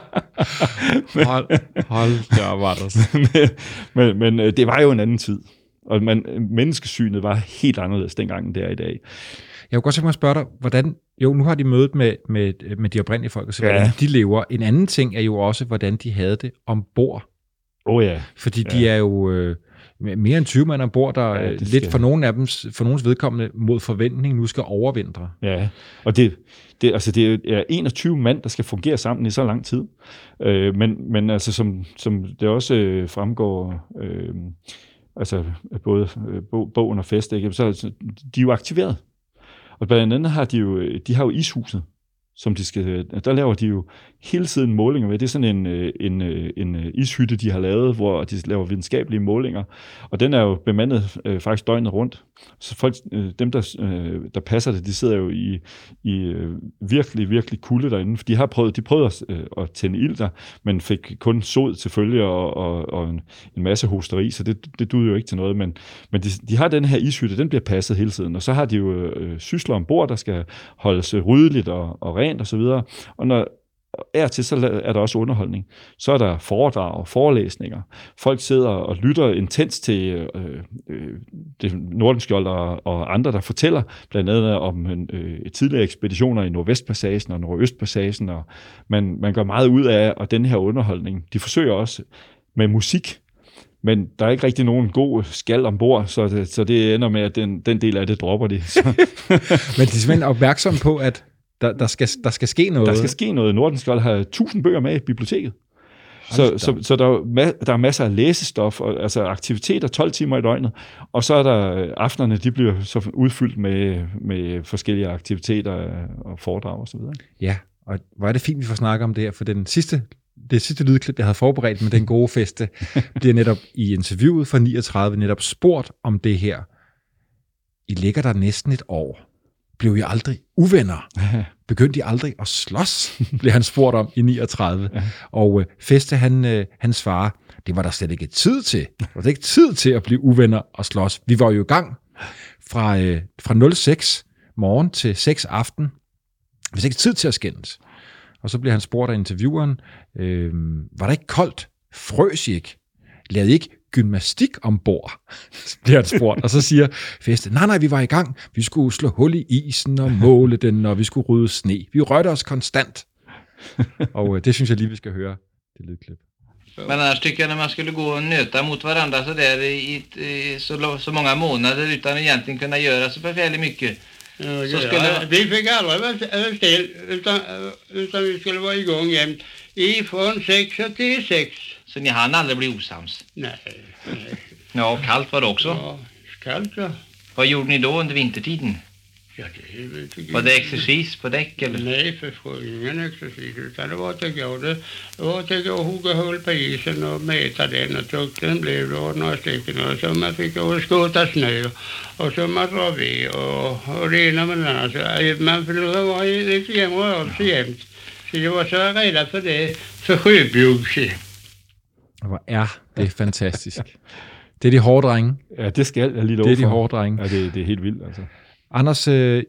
Hold der var der. Men det var jo en anden tid, og menneskesynet var helt anderledes dengang, end det er i dag. Jeg kunne godt tænke mig at spørge dig, hvordan... Jo, nu har de mødet med de oprindelige folk, og så hvordan de lever. En anden ting er jo også, hvordan de havde det ombord. Ja. Fordi de er jo mere end 20 mand ombord, der lidt for nogle af dem, for nogens vedkommende, mod forventning, nu skal overvintre. Ja, og det er 21 mand, der skal fungere sammen i så lang tid. Men altså, som det også fremgår... altså både bogen og fest, ikke? Så de er jo aktiveret. Og blandt andet har de har jo ishuset. som de skal, der laver de jo hele tiden målinger med. Det er sådan en ishytte, de har lavet, hvor de laver videnskabelige målinger, og den er jo bemandet faktisk døgnet rundt. Så folk, dem, der passer det, de sidder jo i virkelig, virkelig kulde derinde, for de prøvede at tænde ild der, men fik kun sod til følge og en masse hosteri, så det duede jo ikke til noget, men de har den her ishytte, den bliver passet hele tiden, og så har de jo sysler ombord, der skal holdes ryddeligt og rent og så videre, og når til så er der også underholdning. Så er der foredrag og forelæsninger. Folk sidder og lytter intens til Nordenskjold og andre, der fortæller blandt andet om tidligere ekspeditioner i Nordvestpassagen og Nordøstpassagen, og man gør meget ud af og den her underholdning. De forsøger også med musik, men der er ikke rigtig nogen god skal ombord, så det ender med, at den del af det dropper de. Men de er simpelthen opmærksomme på, at der skal ske noget. Der skal ske noget. Nordenskjold har 1000 bøger med i biblioteket. Så der er masser af læsestof, og, altså aktiviteter 12 timer i døgnet, og så er der aftenerne, de bliver så udfyldt med forskellige aktiviteter og foredrag og så videre. Ja, og hvor er det fint, vi får snakket om det her, for det sidste lydklip, jeg havde forberedt med den gode feste, bliver netop i interviewet fra 39 netop spurgt om det her. I ligger der næsten et år. Blev I aldrig uvenner? Begyndte I aldrig at slås? Blev han spurgt om i 39. Ja. Og Feste, han svarer, det var der slet ikke tid til. Der var ikke tid til at blive uvenner og slås. Vi var jo i gang fra 06 morgen til 6 aften. Vi havde ikke tid til at skændes. Og så bliver han spurgt af intervieweren, var det ikke koldt? Frøs I ikke? Lavede I ikke gymnastik ombord? Bliver han spurgt. Og så siger Feste, nej, vi var i gang. Vi skulle slå hul i isen og måle den, og vi skulle rydde sne. Vi rørte os konstant. Og det synes jeg lige, vi skal høre. Det lydklip. Men annars tycker jag när man skulle gå och nöta mot varandra så där i så många månader utan egentligen kunna göra så förfärligt mycket. Så skulle... Vi fick aldrig vara still, utan vi skulle vara igång jämt. Ifrån 6 till 6. Så ni hann aldrig bli osams? Nej. Ja, och kallt var det också? Ja, kallt ja. Vad gjorde ni då under vintertiden? Ja, det vet jag. Var det exercis på däck eller? Nej, för ingen exercis, utan det var att jag hugga hål på isen och mäta den och tukten blev då några stycken och så man fick skåta snö och så man dra ved och det ena med den andra. Så man förlorade var lite jämn rörelse jämt. Så jag var så rädd för det, för sjöbjugg. Hvor er det fantastisk. Det er de hårde drenge. Ja, det skal jeg lige love. Det er de hårde drenge. Ja, det er helt vildt, altså. Anders,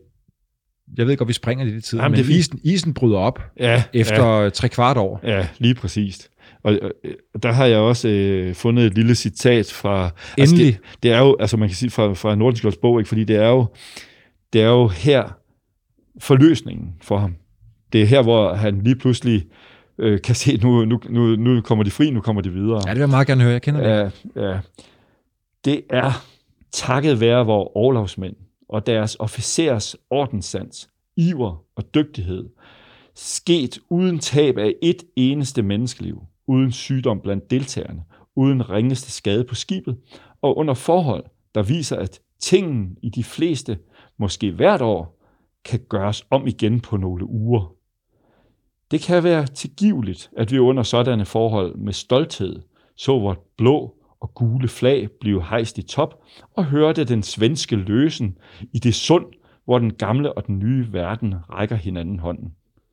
jeg ved godt, vi springer lidt i tiden, men isen bryder op efter 3/4 år. Ja, lige præcist. Og der har jeg også fundet et lille citat fra... Endelig. Altså det er jo, altså man kan sige fra Nordenskjolds bog, ikke? Fordi det er jo her forløsningen for ham. Det er her, hvor han lige pludselig kan se, nu kommer de fri, nu kommer de videre. Ja, det vil jeg meget gerne høre, jeg kender det. Ja. Det er takket være vores overlovsmænd og deres officers ordenssans, iver og dygtighed, sket uden tab af et eneste menneskeliv, uden sygdom blandt deltagerne, uden ringeste skade på skibet, og under forhold, der viser, at tingen i de fleste, måske hvert år, kan gøres om igen på nogle uger. Det kan være tilgiveligt, at vi under sådanne forhold med stolthed så vort blå og gule flag blive hejst i top og hørte den svenske løsen i det sund, hvor den gamle og den nye verden rækker hinanden hånden.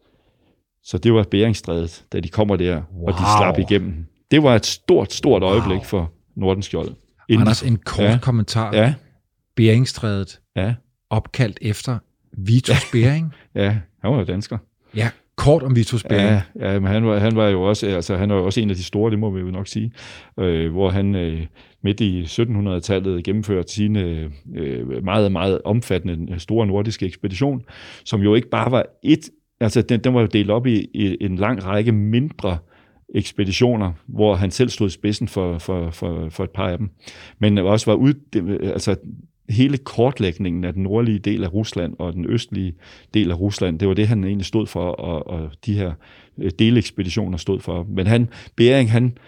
Så det var Beringstrædet, da de kommer der, og de slap igennem. Det var et stort øjeblik for Nordenskjold. Anders, en kort kommentar. Ja. Beringstrædet, opkaldt efter Vitus Bering. Ja, han var jo dansker. Ja, kort om Vitus Bering. Ja, men han var jo også, altså han var jo også en af de store, det må vi jo nok sige, hvor han midt i 1700-tallet gennemførte sine meget, meget omfattende store nordiske ekspedition, som jo ikke bare var altså den var jo delt op i en lang række mindre ekspeditioner, hvor han selv stod i spidsen for et par af dem, men også var altså hele kortlægningen af den nordlige del af Rusland og den østlige del af Rusland, det var det, han egentlig stod for, og de her delekspeditioner stod for. Men Bering,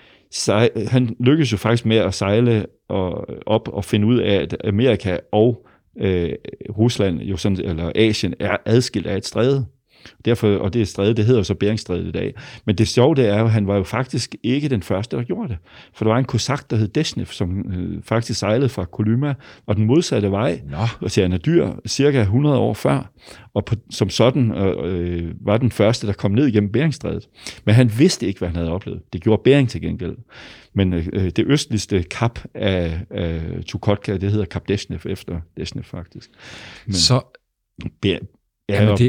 han lykkedes jo faktisk med at sejle op og finde ud af, at Amerika og Rusland, jo sådan, eller Asien, er adskilt af et stræde. Derfor, og det stræde, det hedder jo så Beringstrædet i dag. Men det sjove, det er jo, at han var jo faktisk ikke den første, der gjorde det. For der var en kosak, der hed Desjnev, som faktisk sejlede fra Kolyma og den modsatte vej til Anadyr cirka 100 år før, og som sådan var den første, der kom ned igennem Beringstrædet. Men han vidste ikke, hvad han havde oplevet. Det gjorde Bering til gengæld. Men det østligste kap af Chukotka, det hedder Kap Desjnev, efter Desjnev faktisk. Men, så... Ja, men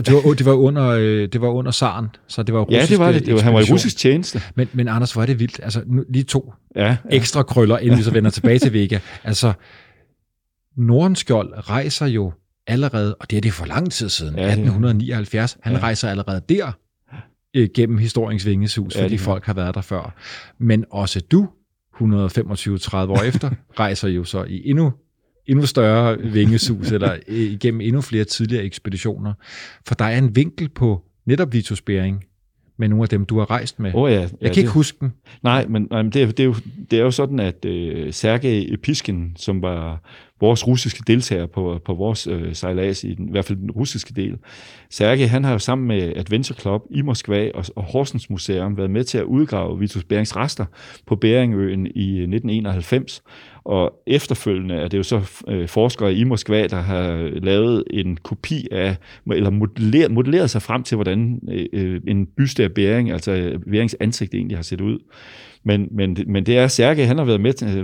det var under zaren, så det var russisk. Ja, det var det. Han var i russisk tjeneste. Men Anders, hvor er det vildt. Altså, nu, lige to ekstra krøller, inden vi så vender tilbage til Vega. Altså, Nordenskjold rejser jo allerede, og det er det for lang tid siden, 1879. Han rejser allerede der gennem historiens vingeshus, fordi folk har været der før. Men også du, 125-30 år efter, rejser jo så i endnu større vingesus, eller igennem endnu flere tidligere ekspeditioner. For der er en vinkel på netop Vitus Bering, med nogle af dem, du har rejst med. Jeg kan ikke huske den. Nej, men det er jo sådan, at Sergej Episkin, som var vores russiske deltager på vores sejlads, i hvert fald den russiske del. Sergej, han har jo sammen med Adventure Club i Moskva og Horsens Museum været med til at udgrave Vitus Berings rester på Beringøen i 1991. Og efterfølgende er det jo så forskere i Moskva, der har lavet en kopi af, eller modelleret sig frem til, hvordan en byste af Bering, altså Berings ansigt egentlig har set ud. Men det er Sergej, han har været med til,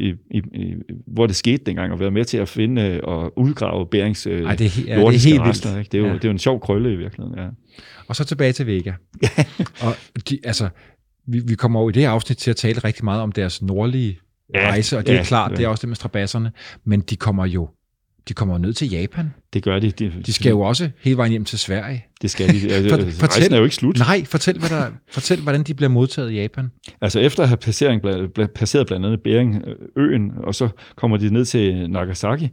hvor det skete dengang, og været med til at finde og udgrave Berings jordiske rester. Ikke? Det er jo en sjov krølle i virkeligheden. Ja. Og så tilbage til Vega. Og vi kommer over i det her afsnit til at tale rigtig meget om deres nordlige rejse, og det er klart, det er også det med strabasserne, men de kommer jo ned til Japan. Det gør de. De skal jo også hele vejen hjem til Sverige. Det skal de. Rejsen er jo ikke slut. Nej, fortæl, hvordan de bliver modtaget i Japan. Altså efter at have passeret blandt andet Beringøen, og så kommer de ned til Nagasaki.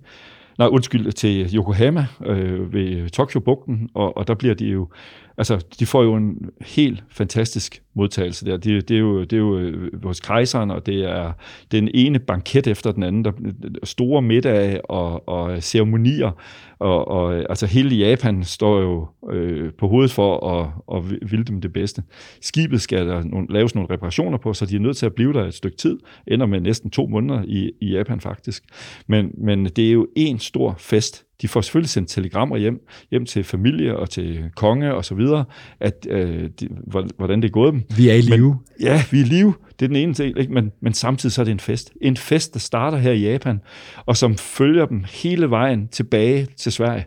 Til Yokohama ved Tokyo-bugten, og der bliver de jo, altså de får jo en helt fantastisk modtagelse der. Det er jo hos kejseren, og det er den ene banket efter den anden, der store middage og ceremonier, og altså hele Japan står jo på hovedet for at ville dem det bedste. Skibet skal der laves nogle reparationer på, så de er nødt til at blive der et stykke tid, ender med næsten 2 måneder i Japan faktisk. Men det er jo en stor fest. De får selvfølgelig sendt telegrammer hjem til familie og til konge og så videre, at hvordan det er gået dem. Vi er i live. Ja, vi er i live. Det er den ene ting, ikke? Men samtidig så er det en fest. En fest, der starter her i Japan, og som følger dem hele vejen tilbage til Sverige.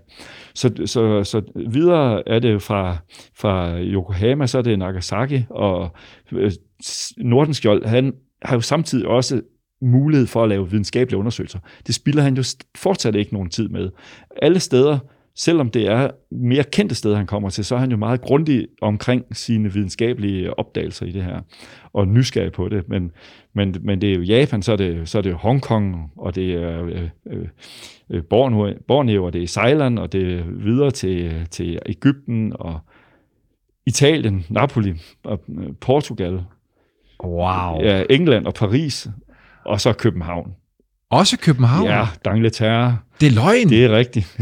Så videre er det fra Yokohama, så er det Nagasaki, og Nordenskjold, han har jo samtidig også mulighed for at lave videnskabelige undersøgelser. Det spilder han jo fortsat ikke nogen tid med. Alle steder, selvom det er mere kendte steder, han kommer til, så er han jo meget grundig omkring sine videnskabelige opdagelser i det her, og nysgerrig på det. Men det er jo Japan, så er det Hongkong, og det er Borneo, og det er Ceylon, og det er videre til Egypten, og Italien, Napoli, og Portugal. Wow. Ja, England og Paris, og så København. Også København? Ja, D'Angleterre. Det er løgn? Det er rigtigt.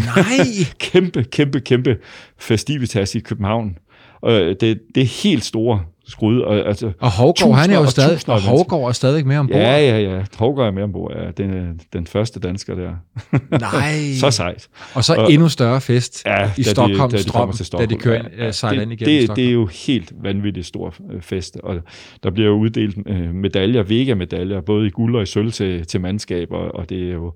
Nej! kæmpe festivitas i København. Det er helt store skrud. Og Hovgaard, han er jo stadig, og Hovgaard er stadig med ombord. Ja. Hovgaard er med ombord. Ja, den første dansker der. Nej. Så sejt. Og så endnu større fest i Stockholm, da de kører sejler ind igennem Stockholm. Det er jo helt vanvittigt stor fest, og der bliver jo uddelt medaljer, Vega-medaljer, både i guld og i sølv til mandskab, og det er jo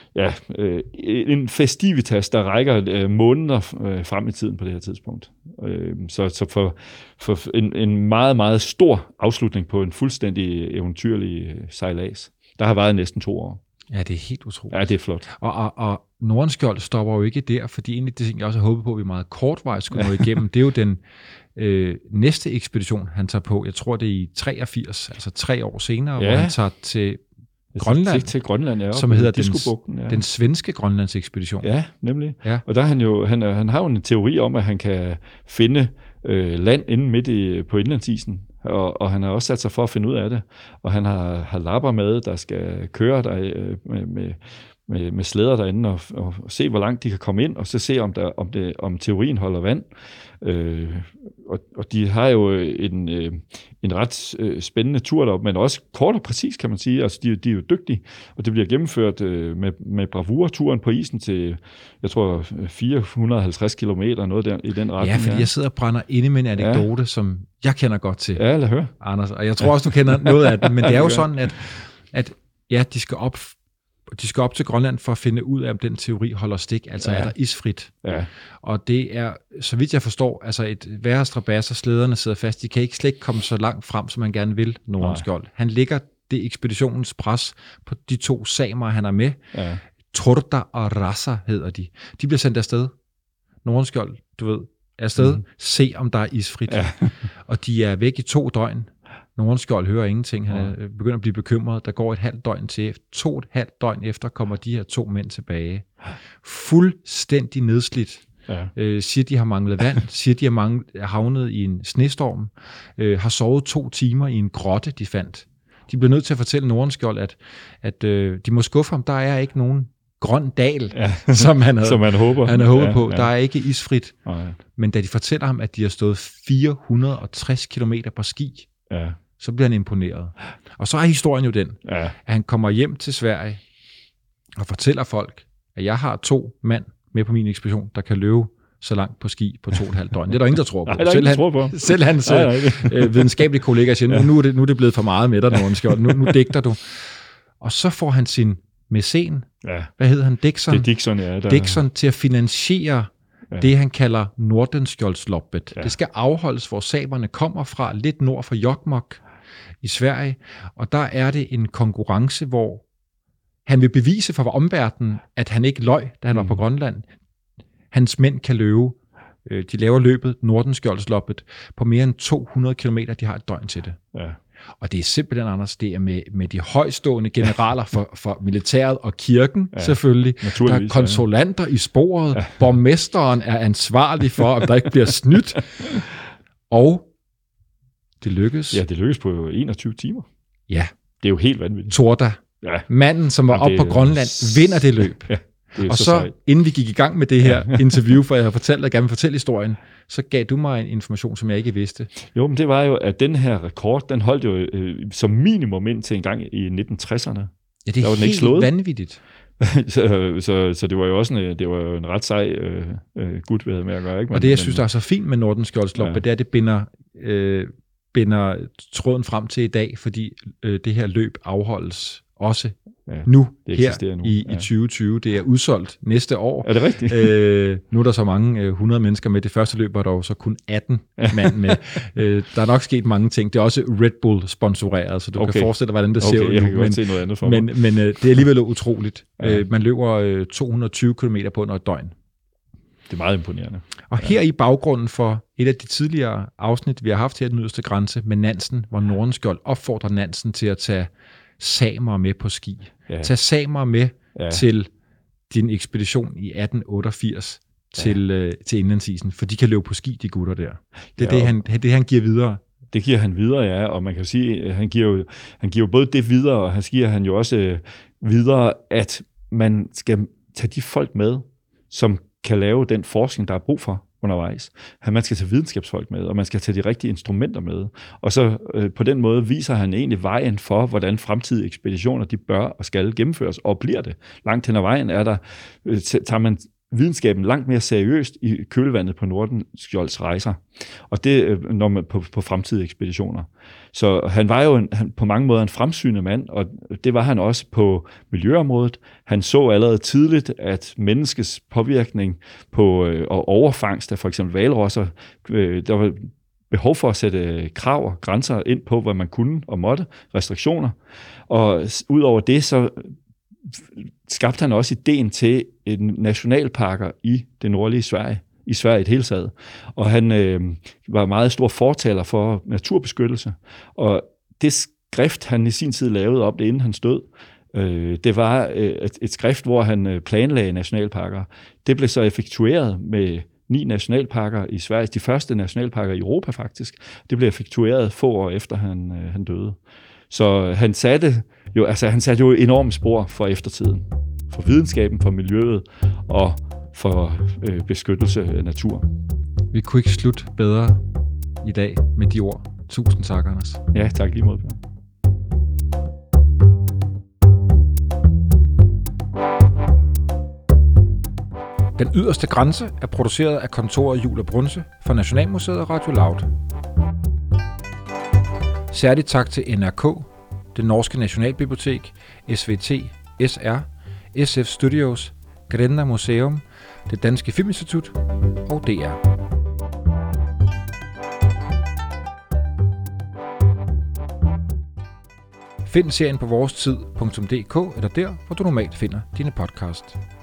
en festivitas, der rækker måneder frem i tiden på det her tidspunkt. Så for en meget, meget stor afslutning på en fuldstændig eventyrlig sejlads. Der har været næsten 2 år. Ja, det er helt utroligt. Ja, det er flot. Og Nordenskjold stopper jo ikke der, fordi egentlig det ting, jeg også håbede på, at vi meget kortvejs skulle nå igennem, det er jo den næste ekspedition, han tager på. Jeg tror, det er i 83, altså 3 år senere, hvor han tager til Grønland, til Grønland, ja, som hedder den svenske Grønlandsekspedition. Ja, nemlig. Ja. Og der han har jo en teori om, at han kan finde land inde midt på indlandsisen, og han har også sat sig for at finde ud af det. Og han har lapper med, der skal køre der med slæder derinde og se, hvor langt de kan komme ind, og så se, om teorien holder vand. Og de har jo en ret spændende tur deroppe, men også kort og præcis, kan man sige. Altså, de er jo dygtige, og det bliver gennemført med bravur, turen på isen til, jeg tror, 450 kilometer, noget der, i den retning. Ja, fordi jeg sidder og brænder inde med en anekdote, som jeg kender godt til. Ja, lad høre. Anders, og jeg tror også, du kender noget af den, men det er jo sådan, at ja, de skal op til Grønland for at finde ud af, om den teori holder stik, altså er der isfrit. Ja. Og det er, så vidt jeg forstår, altså et værre strabasser, slæderne sidder fast, de kan slet ikke komme så langt frem, som man gerne vil, Nordenskjold. Han lægger det ekspeditionens pres på de 2 samer, han er med. Ja. Turda og Rasa hedder de. De bliver sendt afsted. Nordenskjold, du ved, er afsted. Se, om der er isfrit. Ja. Og de er væk i 2 døgn. Nordenskjold hører ingenting. Han begynder at blive bekymret. Der går et halvt døgn til. 2,5 døgn efter kommer de her 2 mænd tilbage. Fuldstændig nedslidt. Ja. Siger, de har manglet vand. Siger, de har havnet i en snestorm. Har sovet 2 timer i en grotte, de fandt. De blev nødt til at fortælle Nordenskjold, at de må skuffe ham. Der er ikke nogen grøn dal, som han havde håbet på. Der er ikke isfrit. Men da de fortæller ham, at de har stået 460 kilometer på ski, så bliver han imponeret. Og så er historien jo den, at han kommer hjem til Sverige og fortæller folk, at jeg har 2 mand med på min ekspedition, der kan løbe så langt på ski på 2,5 døgn. Det er der ingen, der tror på. Selv hans videnskabelige kollegaer siger, nu er det blevet for meget med dig, Nordenskjold. Nu digter du. Og så får han sin mæcen, hvad hedder han? Dixon. Det er Dixon, ja. Dixon til at finansiere det, han kalder Nordenskjoldsloppet. Det skal afholdes, hvor samerne kommer fra, lidt nord for Jokkmokk i Sverige. Og der er det en konkurrence, hvor han vil bevise for omverdenen, at han ikke løj, da han var på Grønland. Hans mænd kan løbe. De laver løbet Nordenskjoldsloppet på mere end 200 kilometer. De har et døgn til det. Ja. Og det er simpelthen, Anders, det er med de højstående generaler for militæret og kirken, selvfølgelig. Der er konsulanter i sporet. Ja. Borgmesteren er ansvarlig for, at der ikke bliver snydt. Og det lykkes. Ja, det lykkes på 21 timer. Ja. Det er jo helt vanvittigt. Turda, manden, som var oppe på Grønland, vinder det løb. Ja. Og så, inden vi gik i gang med det her interview, for jeg har fortalt dig, gerne vil fortælle historien, så gav du mig en information, som jeg ikke vidste. Jo, men det var jo, at den her rekord, den holdt jo som minimum indtil en gang i 1960'erne. Ja, det er helt vanvittigt. så det var jo også en ret sej gut, vi havde med at gøre. Ikke? Og det, jeg synes, der er så fint med Nordenskjoldsloppet, det er, at det binder tråden frem til i dag, fordi det her løb afholdes også nu, i 2020. Det er udsolgt næste år. Er det rigtigt? Nu er der så mange 100 mennesker med. Det første løb var der jo så kun 18 mand med. Der er nok sket mange ting. Det er også Red Bull sponsoreret, så du kan forestille dig, hvordan det ser ud. Jeg kan godt se noget andet for mig. Men det er alligevel utroligt. Man løber 220 km på under et døgn. Det er meget imponerende. Og her i baggrunden for et af de tidligere afsnit, vi har haft her i Den Yderste Grænse med Nansen, hvor Nordenskjold opfordrer Nansen til at tage samer med på ski. Tag samer med til din ekspedition i 1888 til indlandsisen, for de kan løbe på ski, de gutter der. Det er det, han giver videre. Det giver han videre, ja, og man kan sige, at han giver jo både det videre, og han giver han jo også videre, at man skal tage de folk med, som kan lave den forskning, der er brug for undervejs. Man skal tage videnskabsfolk med, og man skal tage de rigtige instrumenter med. Og så på den måde viser han egentlig vejen for, hvordan fremtidige ekspeditioner de bør og skal gennemføres, og bliver det. Langt hen ad vejen tager man videnskaben langt mere seriøst i kølvandet på Nordenskjolds rejser. Og det når man på fremtidige ekspeditioner. Så han var jo på mange måder en fremsynet mand, og det var han også på miljøområdet. Han så allerede tidligt, at menneskets påvirkning på og overfangst af for eksempel hvalrosser, der var behov for at sætte krav og grænser ind på, hvad man kunne og måtte, restriktioner. Og udover det, så skabte han også ideen til en nationalparker i det nordlige Sverige, i Sverige i det hele taget. Og han var meget stor fortaler for naturbeskyttelse. Og det skrift, han i sin tid lavede op det, inden han død, det var et skrift, hvor han planlagde nationalparker. Det blev så effektueret med 9 nationalparker i Sverige, de første nationalparker i Europa faktisk. Det blev effektueret få år efter han døde. Så han satte jo enormt spor for eftertiden for videnskaben, for miljøet og for beskyttelse af natur. Vi kunne ikke slutte bedre i dag med de ord. Tusind tak, Anders. Ja, tak lige måde, Bjørn. Den yderste grænse er produceret af kontoret Jul og Brunse for Nationalmuseet og Radio Loud. Særligt tak til NRK, det norske Nationalbibliotek, SVT, SR, SF Studios, Grenna Museum, det Danske Filminstitut og DR. Find serien på vorestid.dk eller der, hvor du normalt finder dine podcast.